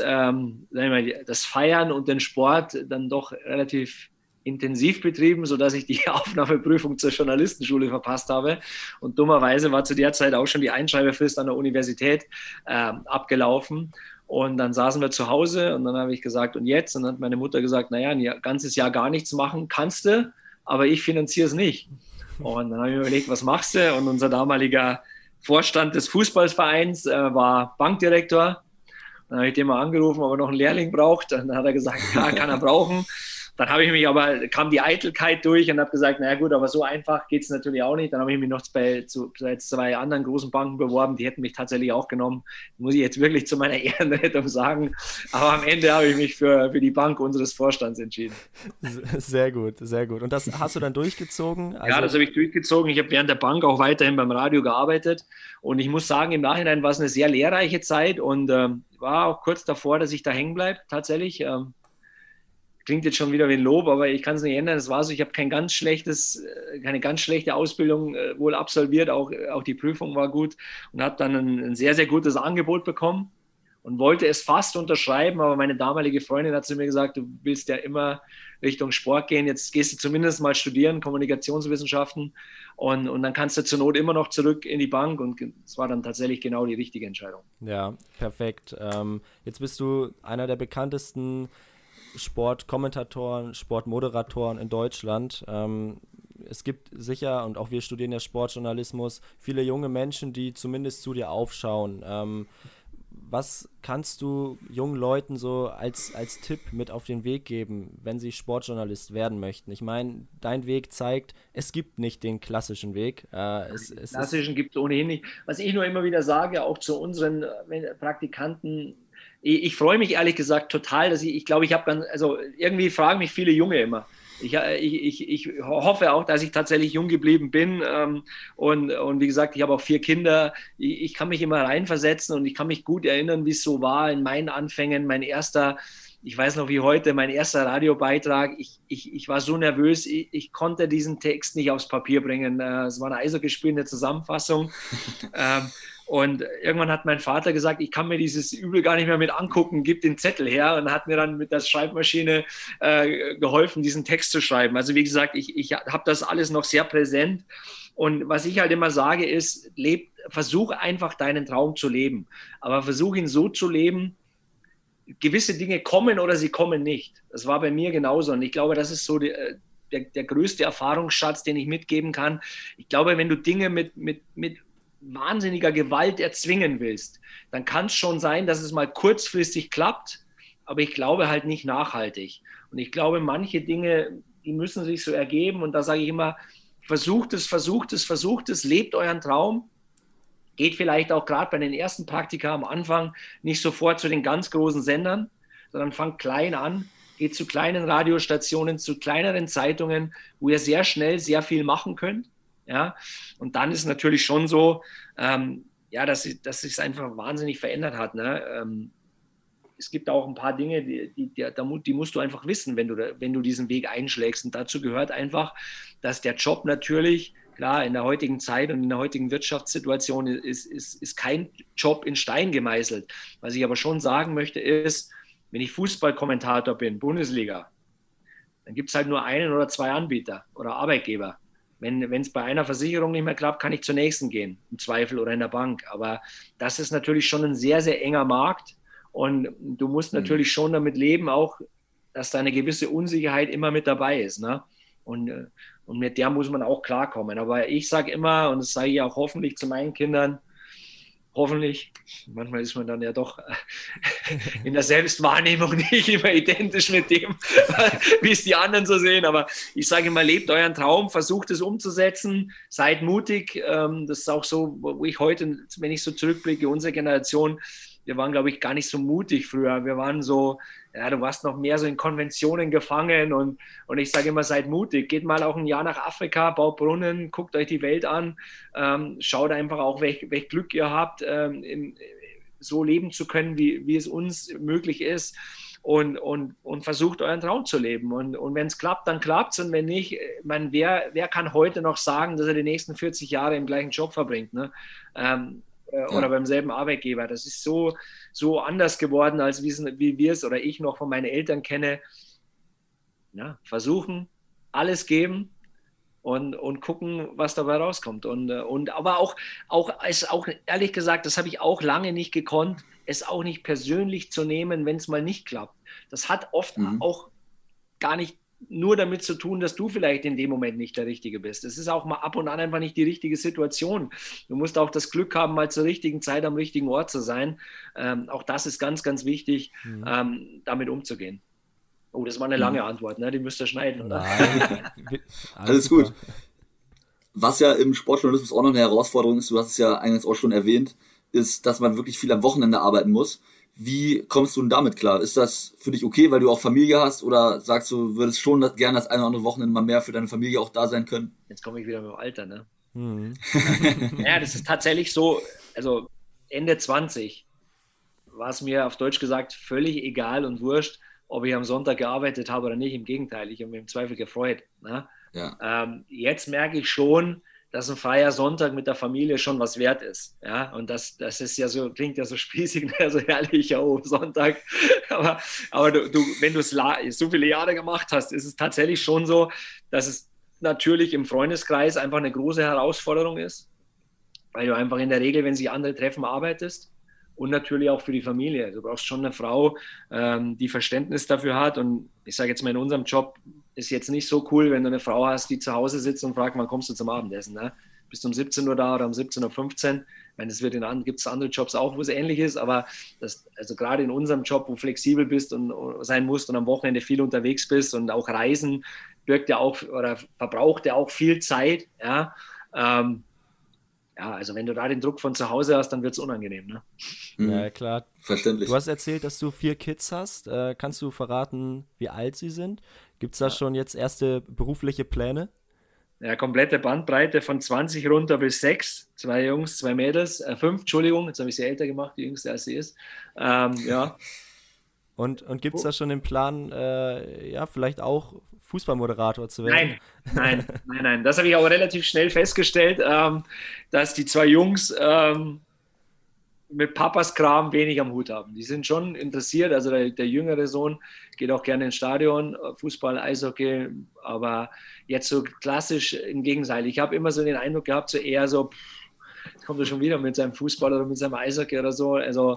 das Feiern und den Sport dann doch relativ intensiv betrieben, sodass ich die Aufnahmeprüfung zur Journalistenschule verpasst habe. Und dummerweise war zu der Zeit auch schon die Einschreibefrist an der Universität abgelaufen. Und dann saßen wir zu Hause und dann habe ich gesagt, und jetzt? Und dann hat meine Mutter gesagt, naja, ein ganzes Jahr gar nichts machen kannst du, aber ich finanziere es nicht. Und dann habe ich mir überlegt, was machst du? Und unser damaliger Vorstand des Fußballvereins war Bankdirektor. Dann habe ich den mal angerufen, ob er noch einen Lehrling braucht. Dann hat er gesagt, ja, kann er brauchen. Dann kam die Eitelkeit durch und habe gesagt, naja gut, aber so einfach geht es natürlich auch nicht. Dann habe ich mich noch bei 2 anderen großen Banken beworben, die hätten mich tatsächlich auch genommen. Muss ich jetzt wirklich zu meiner Ehrenrettung sagen. Aber am Ende habe ich mich für die Bank unseres Vorstands entschieden. Sehr gut, sehr gut. Und das hast du dann durchgezogen? Ja, das habe ich durchgezogen. Ich habe während der Bank auch weiterhin beim Radio gearbeitet. Und ich muss sagen, im Nachhinein war es eine sehr lehrreiche Zeit und war auch kurz davor, dass ich da hängen bleibe, tatsächlich. Klingt jetzt schon wieder wie ein Lob, aber ich kann es nicht ändern. Es war so, ich habe keine ganz schlechte Ausbildung wohl absolviert, auch die Prüfung war gut und habe dann ein sehr, sehr gutes Angebot bekommen und wollte es fast unterschreiben, aber meine damalige Freundin hat zu mir gesagt, du willst ja immer Richtung Sport gehen, jetzt gehst du zumindest mal studieren, Kommunikationswissenschaften und dann kannst du zur Not immer noch zurück in die Bank und es war dann tatsächlich genau die richtige Entscheidung. Ja, perfekt. Jetzt bist du einer der bekanntesten Sportkommentatoren, Sportmoderatoren in Deutschland. Es gibt sicher, und auch wir studieren ja Sportjournalismus, viele junge Menschen, die zumindest zu dir aufschauen. Was kannst du jungen Leuten so als Tipp mit auf den Weg geben, wenn sie Sportjournalist werden möchten? Ich meine, dein Weg zeigt, es gibt nicht den klassischen Weg. Den klassischen gibt es ohnehin nicht. Was ich nur immer wieder sage, auch zu unseren Praktikanten, ich freue mich ehrlich gesagt total, dass ich glaube, irgendwie fragen mich viele Junge immer. Ich hoffe auch, dass ich tatsächlich jung geblieben bin und wie gesagt, ich habe auch 4 Kinder. Ich kann mich immer reinversetzen und ich kann mich gut erinnern, wie es so war in meinen Anfängen. Ich weiß noch wie heute, mein erster Radiobeitrag. Ich war so nervös, ich konnte diesen Text nicht aufs Papier bringen. Es war eine eishockeyspielende Zusammenfassung. Und irgendwann hat mein Vater gesagt, ich kann mir dieses Übel gar nicht mehr mit angucken, gib den Zettel her und hat mir dann mit der Schreibmaschine geholfen, diesen Text zu schreiben. Also wie gesagt, ich habe das alles noch sehr präsent und was ich halt immer sage ist, versuch einfach deinen Traum zu leben, aber versuch ihn so zu leben, gewisse Dinge kommen oder sie kommen nicht. Das war bei mir genauso und ich glaube, das ist so der größte Erfahrungsschatz, den ich mitgeben kann. Ich glaube, wenn du Dinge mit wahnsinniger Gewalt erzwingen willst, dann kann es schon sein, dass es mal kurzfristig klappt, aber ich glaube halt nicht nachhaltig. Und ich glaube, manche Dinge, die müssen sich so ergeben und da sage ich immer, versucht es, lebt euren Traum, geht vielleicht auch gerade bei den ersten Praktika am Anfang nicht sofort zu den ganz großen Sendern, sondern fangt klein an geht zu kleinen Radiostationen, zu kleineren Zeitungen, wo ihr sehr schnell sehr viel machen könnt. Ja? Und dann ist natürlich schon so, dass sich es einfach wahnsinnig verändert hat. Ne? Es gibt auch ein paar Dinge, die musst du einfach wissen, wenn du diesen Weg einschlägst. Und dazu gehört einfach, dass der Job natürlich, klar, in der heutigen Zeit und in der heutigen Wirtschaftssituation ist kein Job in Stein gemeißelt. Was ich aber schon sagen möchte ist, wenn ich Fußballkommentator bin, Bundesliga, dann gibt es halt nur einen oder zwei Anbieter oder Arbeitgeber. Wenn es bei einer Versicherung nicht mehr klappt, kann ich zur nächsten gehen, im Zweifel, oder in der Bank. Aber das ist natürlich schon ein sehr, sehr enger Markt. Und du musst natürlich schon damit leben, auch, dass da eine gewisse Unsicherheit immer mit dabei ist. Ne? Und mit der muss man auch klarkommen. Aber ich sage immer, und das sage ich auch hoffentlich zu meinen Kindern, hoffentlich, manchmal ist man dann ja doch in der Selbstwahrnehmung nicht immer identisch mit dem, wie es die anderen so sehen. Aber ich sage immer, lebt euren Traum, versucht es umzusetzen, seid mutig. Das ist auch so, wo ich heute, wenn ich so zurückblicke, unsere Generation, wir waren, glaube ich, gar nicht so mutig früher. Wir waren so, ja, du warst noch mehr so in Konventionen gefangen und ich sage immer, seid mutig. Geht mal auch ein Jahr nach Afrika, baut Brunnen, guckt euch die Welt an, schaut einfach auch, welch Glück ihr habt, so leben zu können, wie es uns möglich ist und versucht, euren Traum zu leben. Und wenn es klappt, dann klappt es, und wenn nicht, wer kann heute noch sagen, dass er die nächsten 40 Jahre im gleichen Job verbringt, ne? Oder beim selben Arbeitgeber. Das ist so anders geworden, als wie wir es oder ich noch von meinen Eltern kenne. Ja, versuchen, alles geben und gucken, was dabei rauskommt. Aber auch ehrlich gesagt, das habe ich auch lange nicht gekonnt, es auch nicht persönlich zu nehmen, wenn es mal nicht klappt. Das hat oft auch gar nicht nur damit zu tun, dass du vielleicht in dem Moment nicht der Richtige bist. Es ist auch mal ab und an einfach nicht die richtige Situation. Du musst auch das Glück haben, mal zur richtigen Zeit am richtigen Ort zu sein. Auch das ist ganz, ganz wichtig, damit umzugehen. Oh, das war eine lange Antwort, ne? Die müsst ihr schneiden, oder? Nein. Alles gut. Was ja im Sportjournalismus auch noch eine Herausforderung ist, du hast es ja eingangs auch schon erwähnt, ist, dass man wirklich viel am Wochenende arbeiten muss. Wie kommst du denn damit klar? Ist das für dich okay, weil du auch Familie hast, oder sagst du, würdest schon gerne das eine oder andere Wochenende mal mehr für deine Familie auch da sein können? Jetzt komme ich wieder mit dem Alter, ne? Ja, das ist tatsächlich so, also Ende 20 war es mir auf Deutsch gesagt völlig egal und wurscht, ob ich am Sonntag gearbeitet habe oder nicht. Im Gegenteil, ich habe mich im Zweifel gefreut. Ne? Ja. Jetzt merke ich schon, dass ein freier Sonntag mit der Familie schon was wert ist. Ja? Und das ist ja so, klingt ja so spießig, so herrlich, ja, Sonntag. Aber du, wenn du es so viele Jahre gemacht hast, ist es tatsächlich schon so, dass es natürlich im Freundeskreis einfach eine große Herausforderung ist, weil du einfach in der Regel, wenn sich andere treffen, arbeitest. Und natürlich auch für die Familie. Du brauchst schon eine Frau, die Verständnis dafür hat. Und ich sage jetzt mal, in unserem Job ist jetzt nicht so cool, wenn du eine Frau hast, die zu Hause sitzt und fragt, wann kommst du zum Abendessen? Ne? Bist du um 17 Uhr da oder um 17.15 Uhr? Ich meine, gibt es andere Jobs auch, wo es ähnlich ist, aber also gerade in unserem Job, wo du flexibel bist und sein musst und am Wochenende viel unterwegs bist und auch Reisen birgt ja auch oder verbraucht ja auch viel Zeit. Ja, also wenn du da den Druck von zu Hause hast, dann wird es unangenehm. Ne? Ja, klar. Verständlich. Du hast erzählt, dass du 4 Kids hast. Kannst du verraten, wie alt sie sind? Gibt es da schon jetzt erste berufliche Pläne? Ja, komplette Bandbreite von 20 runter bis 6. 2 Jungs, 2 Mädels. 5, Entschuldigung, jetzt habe ich sie älter gemacht, die jüngste als sie ist. Ja. Und gibt es da schon den Plan, vielleicht auch Fußballmoderator zu werden? Nein. Das habe ich aber relativ schnell festgestellt, dass die 2 Jungs mit Papas Kram wenig am Hut haben. Die sind schon interessiert, also der jüngere Sohn geht auch gerne ins Stadion, Fußball, Eishockey, aber jetzt so klassisch im Gegenteil. Ich habe immer so den Eindruck gehabt, so eher so, jetzt kommt er schon wieder mit seinem Fußball oder mit seinem Eishockey oder so, also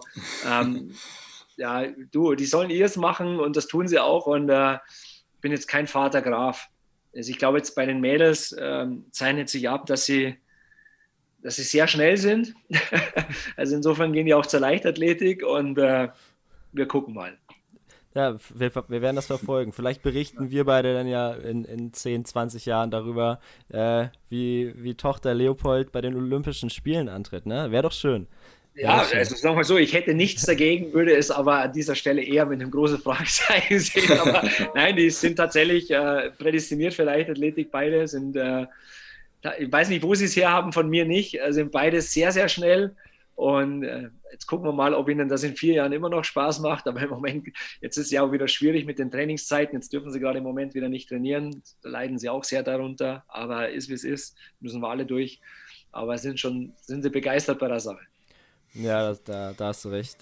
die sollen ihrs machen und das tun sie auch, und ich bin jetzt kein Vater Graf. Also ich glaube jetzt bei den Mädels zeichnet sich ab, dass sie sehr schnell sind. Also insofern gehen die auch zur Leichtathletik und wir gucken mal. Ja, wir werden das verfolgen. Vielleicht berichten wir beide dann ja in 10, 20 Jahren darüber, wie Tochter Leopold bei den Olympischen Spielen antritt. Ne? Wäre doch schön. Ja, also sagen wir so, ich hätte nichts dagegen, würde es aber an dieser Stelle eher mit einem großen Fragezeichen sehen. Aber nein, die sind tatsächlich prädestiniert für Leichtathletik, beide sind, ich weiß nicht, wo sie es herhaben, von mir nicht, sind beide sehr, sehr schnell. Und jetzt gucken wir mal, ob ihnen das in 4 Jahren immer noch Spaß macht. Aber im Moment, jetzt ist es ja auch wieder schwierig mit den Trainingszeiten. Jetzt dürfen sie gerade im Moment wieder nicht trainieren. Da leiden sie auch sehr darunter. Aber ist, wie es ist, müssen wir alle durch. Aber sind sie begeistert bei der Sache. Ja, da hast du recht.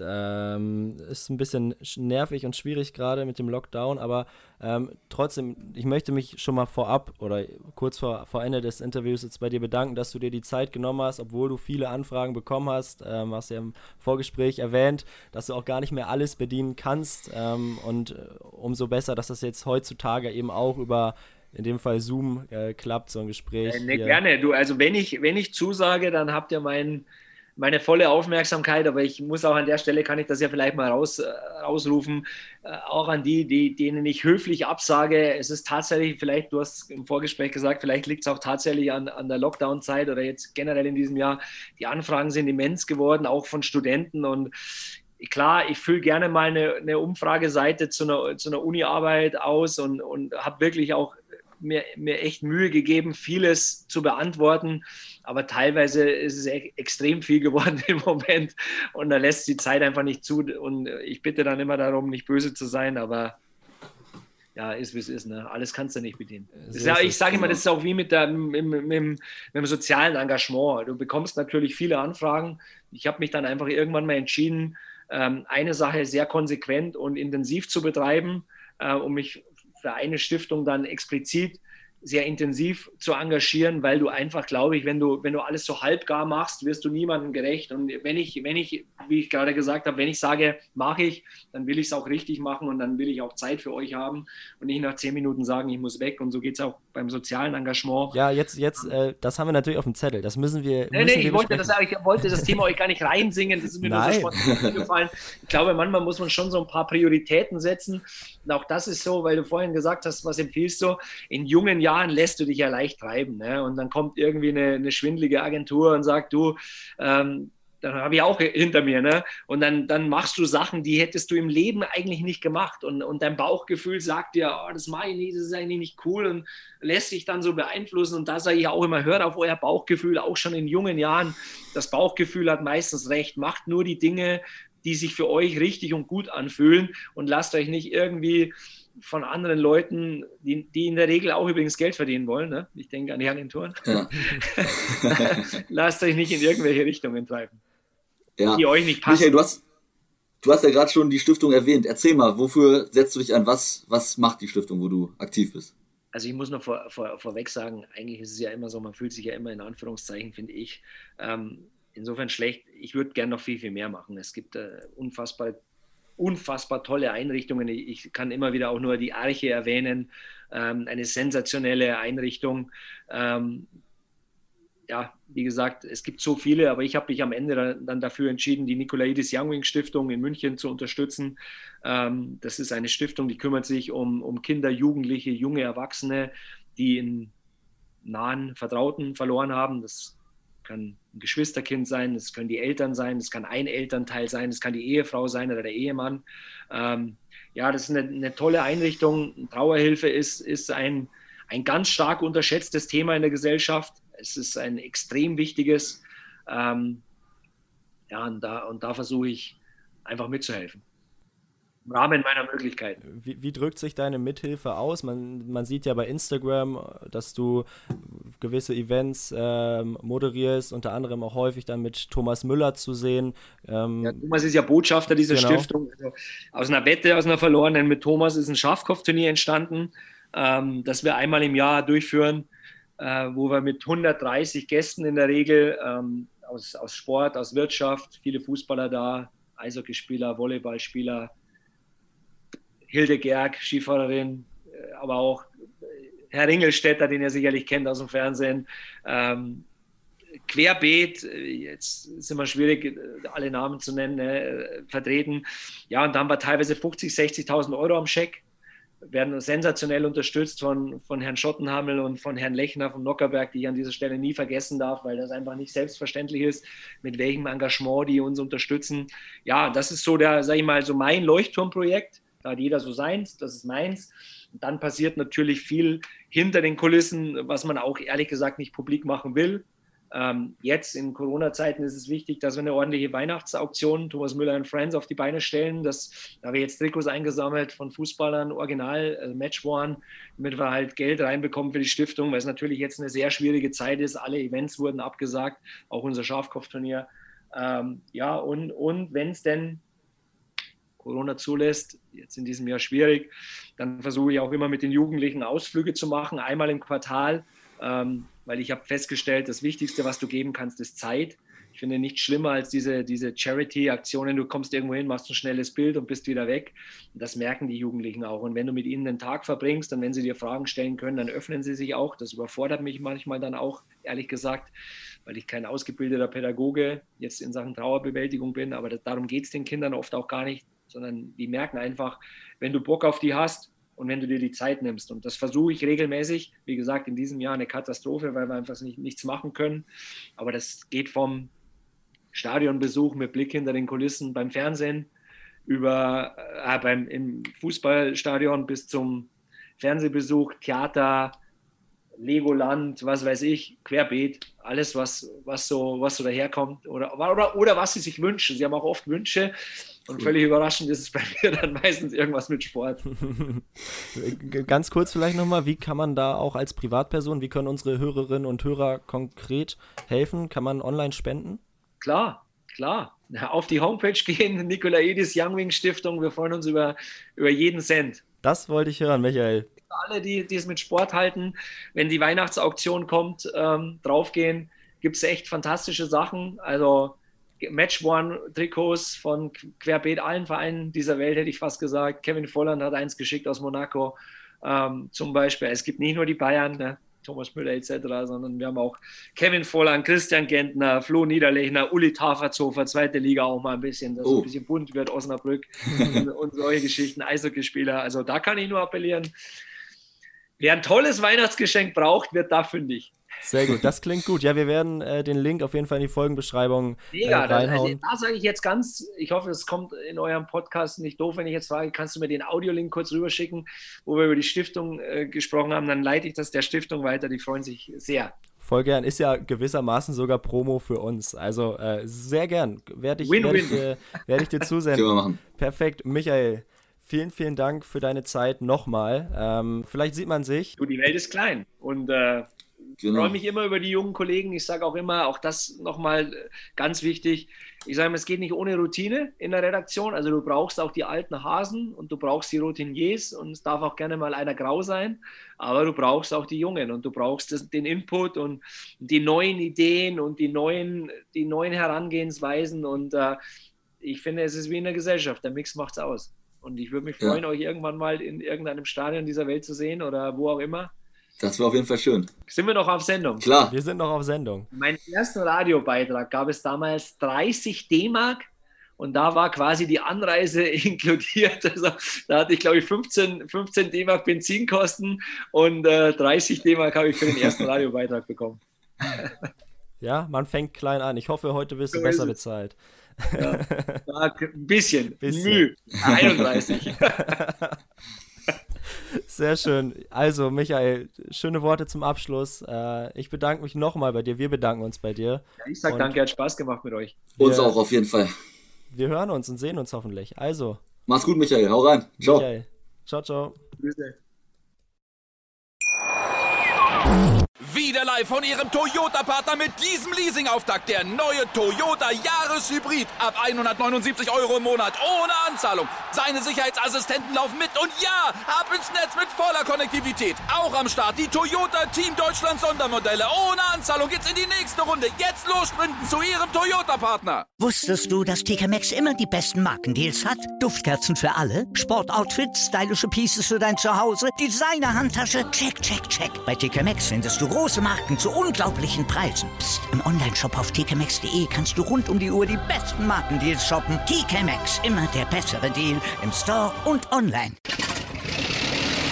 Ist ein bisschen nervig und schwierig gerade mit dem Lockdown, aber trotzdem, ich möchte mich schon mal vorab oder kurz vor Ende des Interviews jetzt bei dir bedanken, dass du dir die Zeit genommen hast, obwohl du viele Anfragen bekommen hast. Hast ja im Vorgespräch erwähnt, dass du auch gar nicht mehr alles bedienen kannst und umso besser, dass das jetzt heutzutage eben auch über in dem Fall Zoom klappt, so ein Gespräch. Gerne, du, also wenn ich zusage, dann habt ihr meine volle Aufmerksamkeit, aber ich muss auch an der Stelle, kann ich das ja vielleicht mal rausrufen, auch an denen ich höflich absage. Es ist tatsächlich, vielleicht, du hast im Vorgespräch gesagt, vielleicht liegt es auch tatsächlich an der Lockdown-Zeit oder jetzt generell in diesem Jahr. Die Anfragen sind immens geworden, auch von Studenten, und klar, ich fülle gerne mal eine Umfrageseite zu einer Uni-Arbeit aus und habe wirklich auch mir echt Mühe gegeben, vieles zu beantworten, aber teilweise ist es extrem viel geworden im Moment und da lässt die Zeit einfach nicht zu, und ich bitte dann immer darum, nicht böse zu sein, aber ja, ist wie es ist, ne? Alles kannst du nicht bedienen. Ich sage immer, das ist auch wie mit dem sozialen Engagement. Du bekommst natürlich viele Anfragen. Ich habe mich dann einfach irgendwann mal entschieden, eine Sache sehr konsequent und intensiv zu betreiben, um mich für eine Stiftung dann explizit sehr intensiv zu engagieren, weil du einfach, glaube ich, wenn du alles so halbgar machst, wirst du niemandem gerecht. Und wenn ich, wie ich gerade gesagt habe, wenn ich sage, mache ich, dann will ich es auch richtig machen und dann will ich auch Zeit für euch haben und nicht nach 10 Minuten sagen, ich muss weg. Und so geht es auch beim sozialen Engagement. Ja, jetzt, das haben wir natürlich auf dem Zettel. Das müssen wir. Ich wollte das Thema euch gar nicht reinsingen. Das ist mir nur so spontan gefallen. Ich glaube, manchmal muss man schon so ein paar Prioritäten setzen. Und auch das ist so, weil du vorhin gesagt hast, was empfiehlst du? In jungen Jahren lässt du dich ja leicht treiben, ne? Und dann kommt irgendwie eine schwindelige Agentur und sagt, du, dann habe ich auch hinter mir, ne? Und dann machst du Sachen, die hättest du im Leben eigentlich nicht gemacht, und dein Bauchgefühl sagt dir, oh, das mache ich nicht, das ist eigentlich nicht cool, und lässt sich dann so beeinflussen. Und da sage ich auch immer, hört auf euer Bauchgefühl, auch schon in jungen Jahren. Das Bauchgefühl hat meistens recht. Macht nur die Dinge, die sich für euch richtig und gut anfühlen, und lasst euch nicht irgendwie von anderen Leuten, die in der Regel auch übrigens Geld verdienen wollen, ne? Ich denke an die Agenturen. Ja. Lasst euch nicht in irgendwelche Richtungen treiben, die euch nicht passen. Michael, du hast ja gerade schon die Stiftung erwähnt. Erzähl mal, wofür setzt du dich ein? Was macht die Stiftung, wo du aktiv bist? Also ich muss noch vorweg sagen, eigentlich ist es ja immer so, man fühlt sich ja immer in Anführungszeichen, finde ich, insofern schlecht. Ich würde gerne noch viel, viel mehr machen. Es gibt unfassbar tolle Einrichtungen. Ich kann immer wieder auch nur die Arche erwähnen, eine sensationelle Einrichtung. Ja, wie gesagt, es gibt so viele, aber ich habe mich am Ende dann dafür entschieden, die Nikolaidis Young Wing Stiftung in München zu unterstützen. Das ist eine Stiftung, die kümmert sich um Kinder, Jugendliche, junge Erwachsene, die einen nahen Vertrauten verloren haben. Das kann ein Geschwisterkind sein, das können die Eltern sein, das kann ein Elternteil sein, das kann die Ehefrau sein oder der Ehemann. Ja, das ist eine tolle Einrichtung. Trauerhilfe ist ein ganz stark unterschätztes Thema in der Gesellschaft. Es ist ein extrem wichtiges. Ja, und da versuche ich einfach mitzuhelfen. Im Rahmen meiner Möglichkeiten. Wie drückt sich deine Mithilfe aus? Man sieht ja bei Instagram, dass du gewisse Events moderierst, unter anderem auch häufig dann mit Thomas Müller zu sehen. Ja, Thomas ist ja Botschafter dieser Stiftung. Also aus einer verlorenen mit Thomas ist ein Schafkopfturnier entstanden, das wir einmal im Jahr durchführen, wo wir mit 130 Gästen in der Regel aus Sport, aus Wirtschaft, viele Fußballer da, Eishockeyspieler, Volleyballspieler, Hilde Gerg, Skifahrerin, aber auch Herr Ringelstetter, den ihr sicherlich kennt aus dem Fernsehen, querbeet, jetzt ist immer schwierig, alle Namen zu nennen, vertreten. Ja, und da haben wir teilweise 50.000, 60.000 Euro am Scheck. werden sensationell unterstützt von Herrn Schottenhammel und von Herrn Lechner vom Nockerberg, die ich an dieser Stelle nie vergessen darf, weil das einfach nicht selbstverständlich ist, mit welchem Engagement die uns unterstützen. Ja, das ist so sag ich mal, so mein Leuchtturmprojekt. Da hat jeder so seins, das ist meins. Und dann passiert natürlich viel hinter den Kulissen, was man auch ehrlich gesagt nicht publik machen will. Jetzt in Corona-Zeiten ist es wichtig, dass wir eine ordentliche Weihnachtsauktion, Thomas Müller and Friends, auf die Beine stellen. Da haben wir jetzt Trikots eingesammelt von Fußballern, Original, also Matchworn, damit wir halt Geld reinbekommen für die Stiftung, weil es natürlich jetzt eine sehr schwierige Zeit ist. Alle Events wurden abgesagt, auch unser Schafkopfturnier. Ja, und wenn es denn Corona zulässt, jetzt in diesem Jahr schwierig, dann versuche ich auch immer mit den Jugendlichen Ausflüge zu machen, einmal im Quartal, weil ich habe festgestellt, das Wichtigste, was du geben kannst, ist Zeit. Ich finde nichts schlimmer als diese Charity-Aktionen. Du kommst irgendwo hin, machst ein schnelles Bild und bist wieder weg. Und das merken die Jugendlichen auch. Und wenn du mit ihnen den Tag verbringst, dann, wenn sie dir Fragen stellen können, dann öffnen sie sich auch. Das überfordert mich manchmal dann auch, ehrlich gesagt, weil ich kein ausgebildeter Pädagoge jetzt in Sachen Trauerbewältigung bin. Aber darum geht es den Kindern oft auch gar nicht, sondern die merken einfach, wenn du Bock auf die hast, und wenn du dir die Zeit nimmst. Und das versuche ich regelmäßig. Wie gesagt, in diesem Jahr eine Katastrophe, weil wir einfach nichts machen können. Aber das geht vom Stadionbesuch mit Blick hinter den Kulissen beim Fernsehen über im Fußballstadion bis zum Fernsehbesuch, Theater, Legoland, was weiß ich, querbeet, alles, was so daherkommt oder was sie sich wünschen. Sie haben auch oft Wünsche. Und völlig überraschend ist es bei mir dann meistens irgendwas mit Sport. Ganz kurz vielleicht nochmal, wie kann man da auch als Privatperson, wie können unsere Hörerinnen und Hörer konkret helfen? Kann man online spenden? Klar. Auf die Homepage gehen, Nikolaidis Young Wing Stiftung, wir freuen uns über jeden Cent. Das wollte ich hören, Michael. Alle, die es mit Sport halten, wenn die Weihnachtsauktion kommt, draufgehen, gibt es echt fantastische Sachen. Also Matchworn-Trikots von querbeet allen Vereinen dieser Welt, hätte ich fast gesagt. Kevin Volland hat eins geschickt aus Monaco zum Beispiel. Es gibt nicht nur die Bayern, ne? Thomas Müller etc., sondern wir haben auch Kevin Volland, Christian Gentner, Flo Niederlechner, Uli Tafertshofer, zweite Liga auch mal ein bisschen, dass es ein bisschen bunt wird, Osnabrück und solche Geschichten, Eishockeyspieler. Also da kann ich nur appellieren, wer ein tolles Weihnachtsgeschenk braucht, wird da fündig. Sehr gut, das klingt gut. Ja, wir werden den Link auf jeden Fall in die Folgenbeschreibung reinhauen. Da sage ich jetzt ich hoffe, es kommt in eurem Podcast nicht doof, wenn ich jetzt frage, kannst du mir den Audiolink kurz rüberschicken, wo wir über die Stiftung gesprochen haben, dann leite ich das der Stiftung weiter, die freuen sich sehr. Voll gern, ist ja gewissermaßen sogar Promo für uns, also sehr gern, werde ich dir zusenden. Können wir machen. Perfekt, Michael. Vielen, vielen Dank für deine Zeit nochmal. Vielleicht sieht man sich. Die Welt ist klein und ich freue mich immer über die jungen Kollegen. Ich sage auch immer, auch das nochmal ganz wichtig, ich sage immer, es geht nicht ohne Routine in der Redaktion. Also du brauchst auch die alten Hasen und du brauchst die Routiniers und es darf auch gerne mal einer grau sein, aber du brauchst auch die Jungen und du brauchst den Input und die neuen Ideen und die neuen Herangehensweisen und ich finde, es ist wie in der Gesellschaft, der Mix macht's aus. Und ich würde mich freuen, euch irgendwann mal in irgendeinem Stadion dieser Welt zu sehen oder wo auch immer. Das wäre auf jeden Fall schön. Sind wir noch auf Sendung? Klar. Wir sind noch auf Sendung. Meinen ersten Radiobeitrag gab es damals 30 D-Mark und da war quasi die Anreise inkludiert. Also da hatte ich, glaube ich, 15 D-Mark Benzinkosten und 30 D-Mark habe ich für den ersten Radiobeitrag bekommen. Ja, man fängt klein an. Ich hoffe, heute wirst du besser bezahlt. Ja, ein bisschen. Mühe. 31. Sehr schön. Also, Michael, schöne Worte zum Abschluss. Ich bedanke mich nochmal bei dir. Wir bedanken uns bei dir. Ja, ich sage danke, hat Spaß gemacht mit euch. Uns auch auf jeden Fall. Wir hören uns und sehen uns hoffentlich. Also. Mach's gut, Michael. Hau rein. Ciao. Michael. Ciao, ciao. Grüße. Wieder live von Ihrem Toyota-Partner mit diesem Leasing-Auftakt. Der neue Toyota Jahreshybrid. Ab 179 € im Monat. Ohne Anzahlung. Seine Sicherheitsassistenten laufen mit. Und ja, ab ins Netz mit voller Konnektivität. Auch am Start die Toyota Team Deutschland Sondermodelle. Ohne Anzahlung geht's in die nächste Runde. Jetzt los sprinten zu Ihrem Toyota-Partner. Wusstest du, dass TK Maxx immer die besten Markendeals hat? Duftkerzen für alle, Sportoutfits, stylische Pieces für dein Zuhause, Designer-Handtasche, check, check, check. Bei TK Maxx findest du große Marken zu unglaublichen Preisen. Psst. Im Onlineshop auf tkmaxx.de kannst du rund um die Uhr die besten Markendeals shoppen. TK Maxx, immer der bessere Deal im Store und online.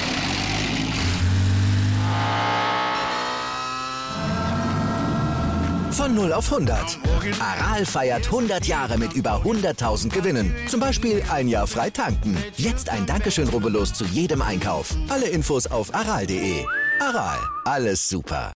Von 0 auf 100. Aral feiert 100 Jahre mit über 100.000 Gewinnen. Zum Beispiel ein Jahr frei tanken. Jetzt ein Dankeschön, rubbellos zu jedem Einkauf. Alle Infos auf aral.de. Aral, alles super.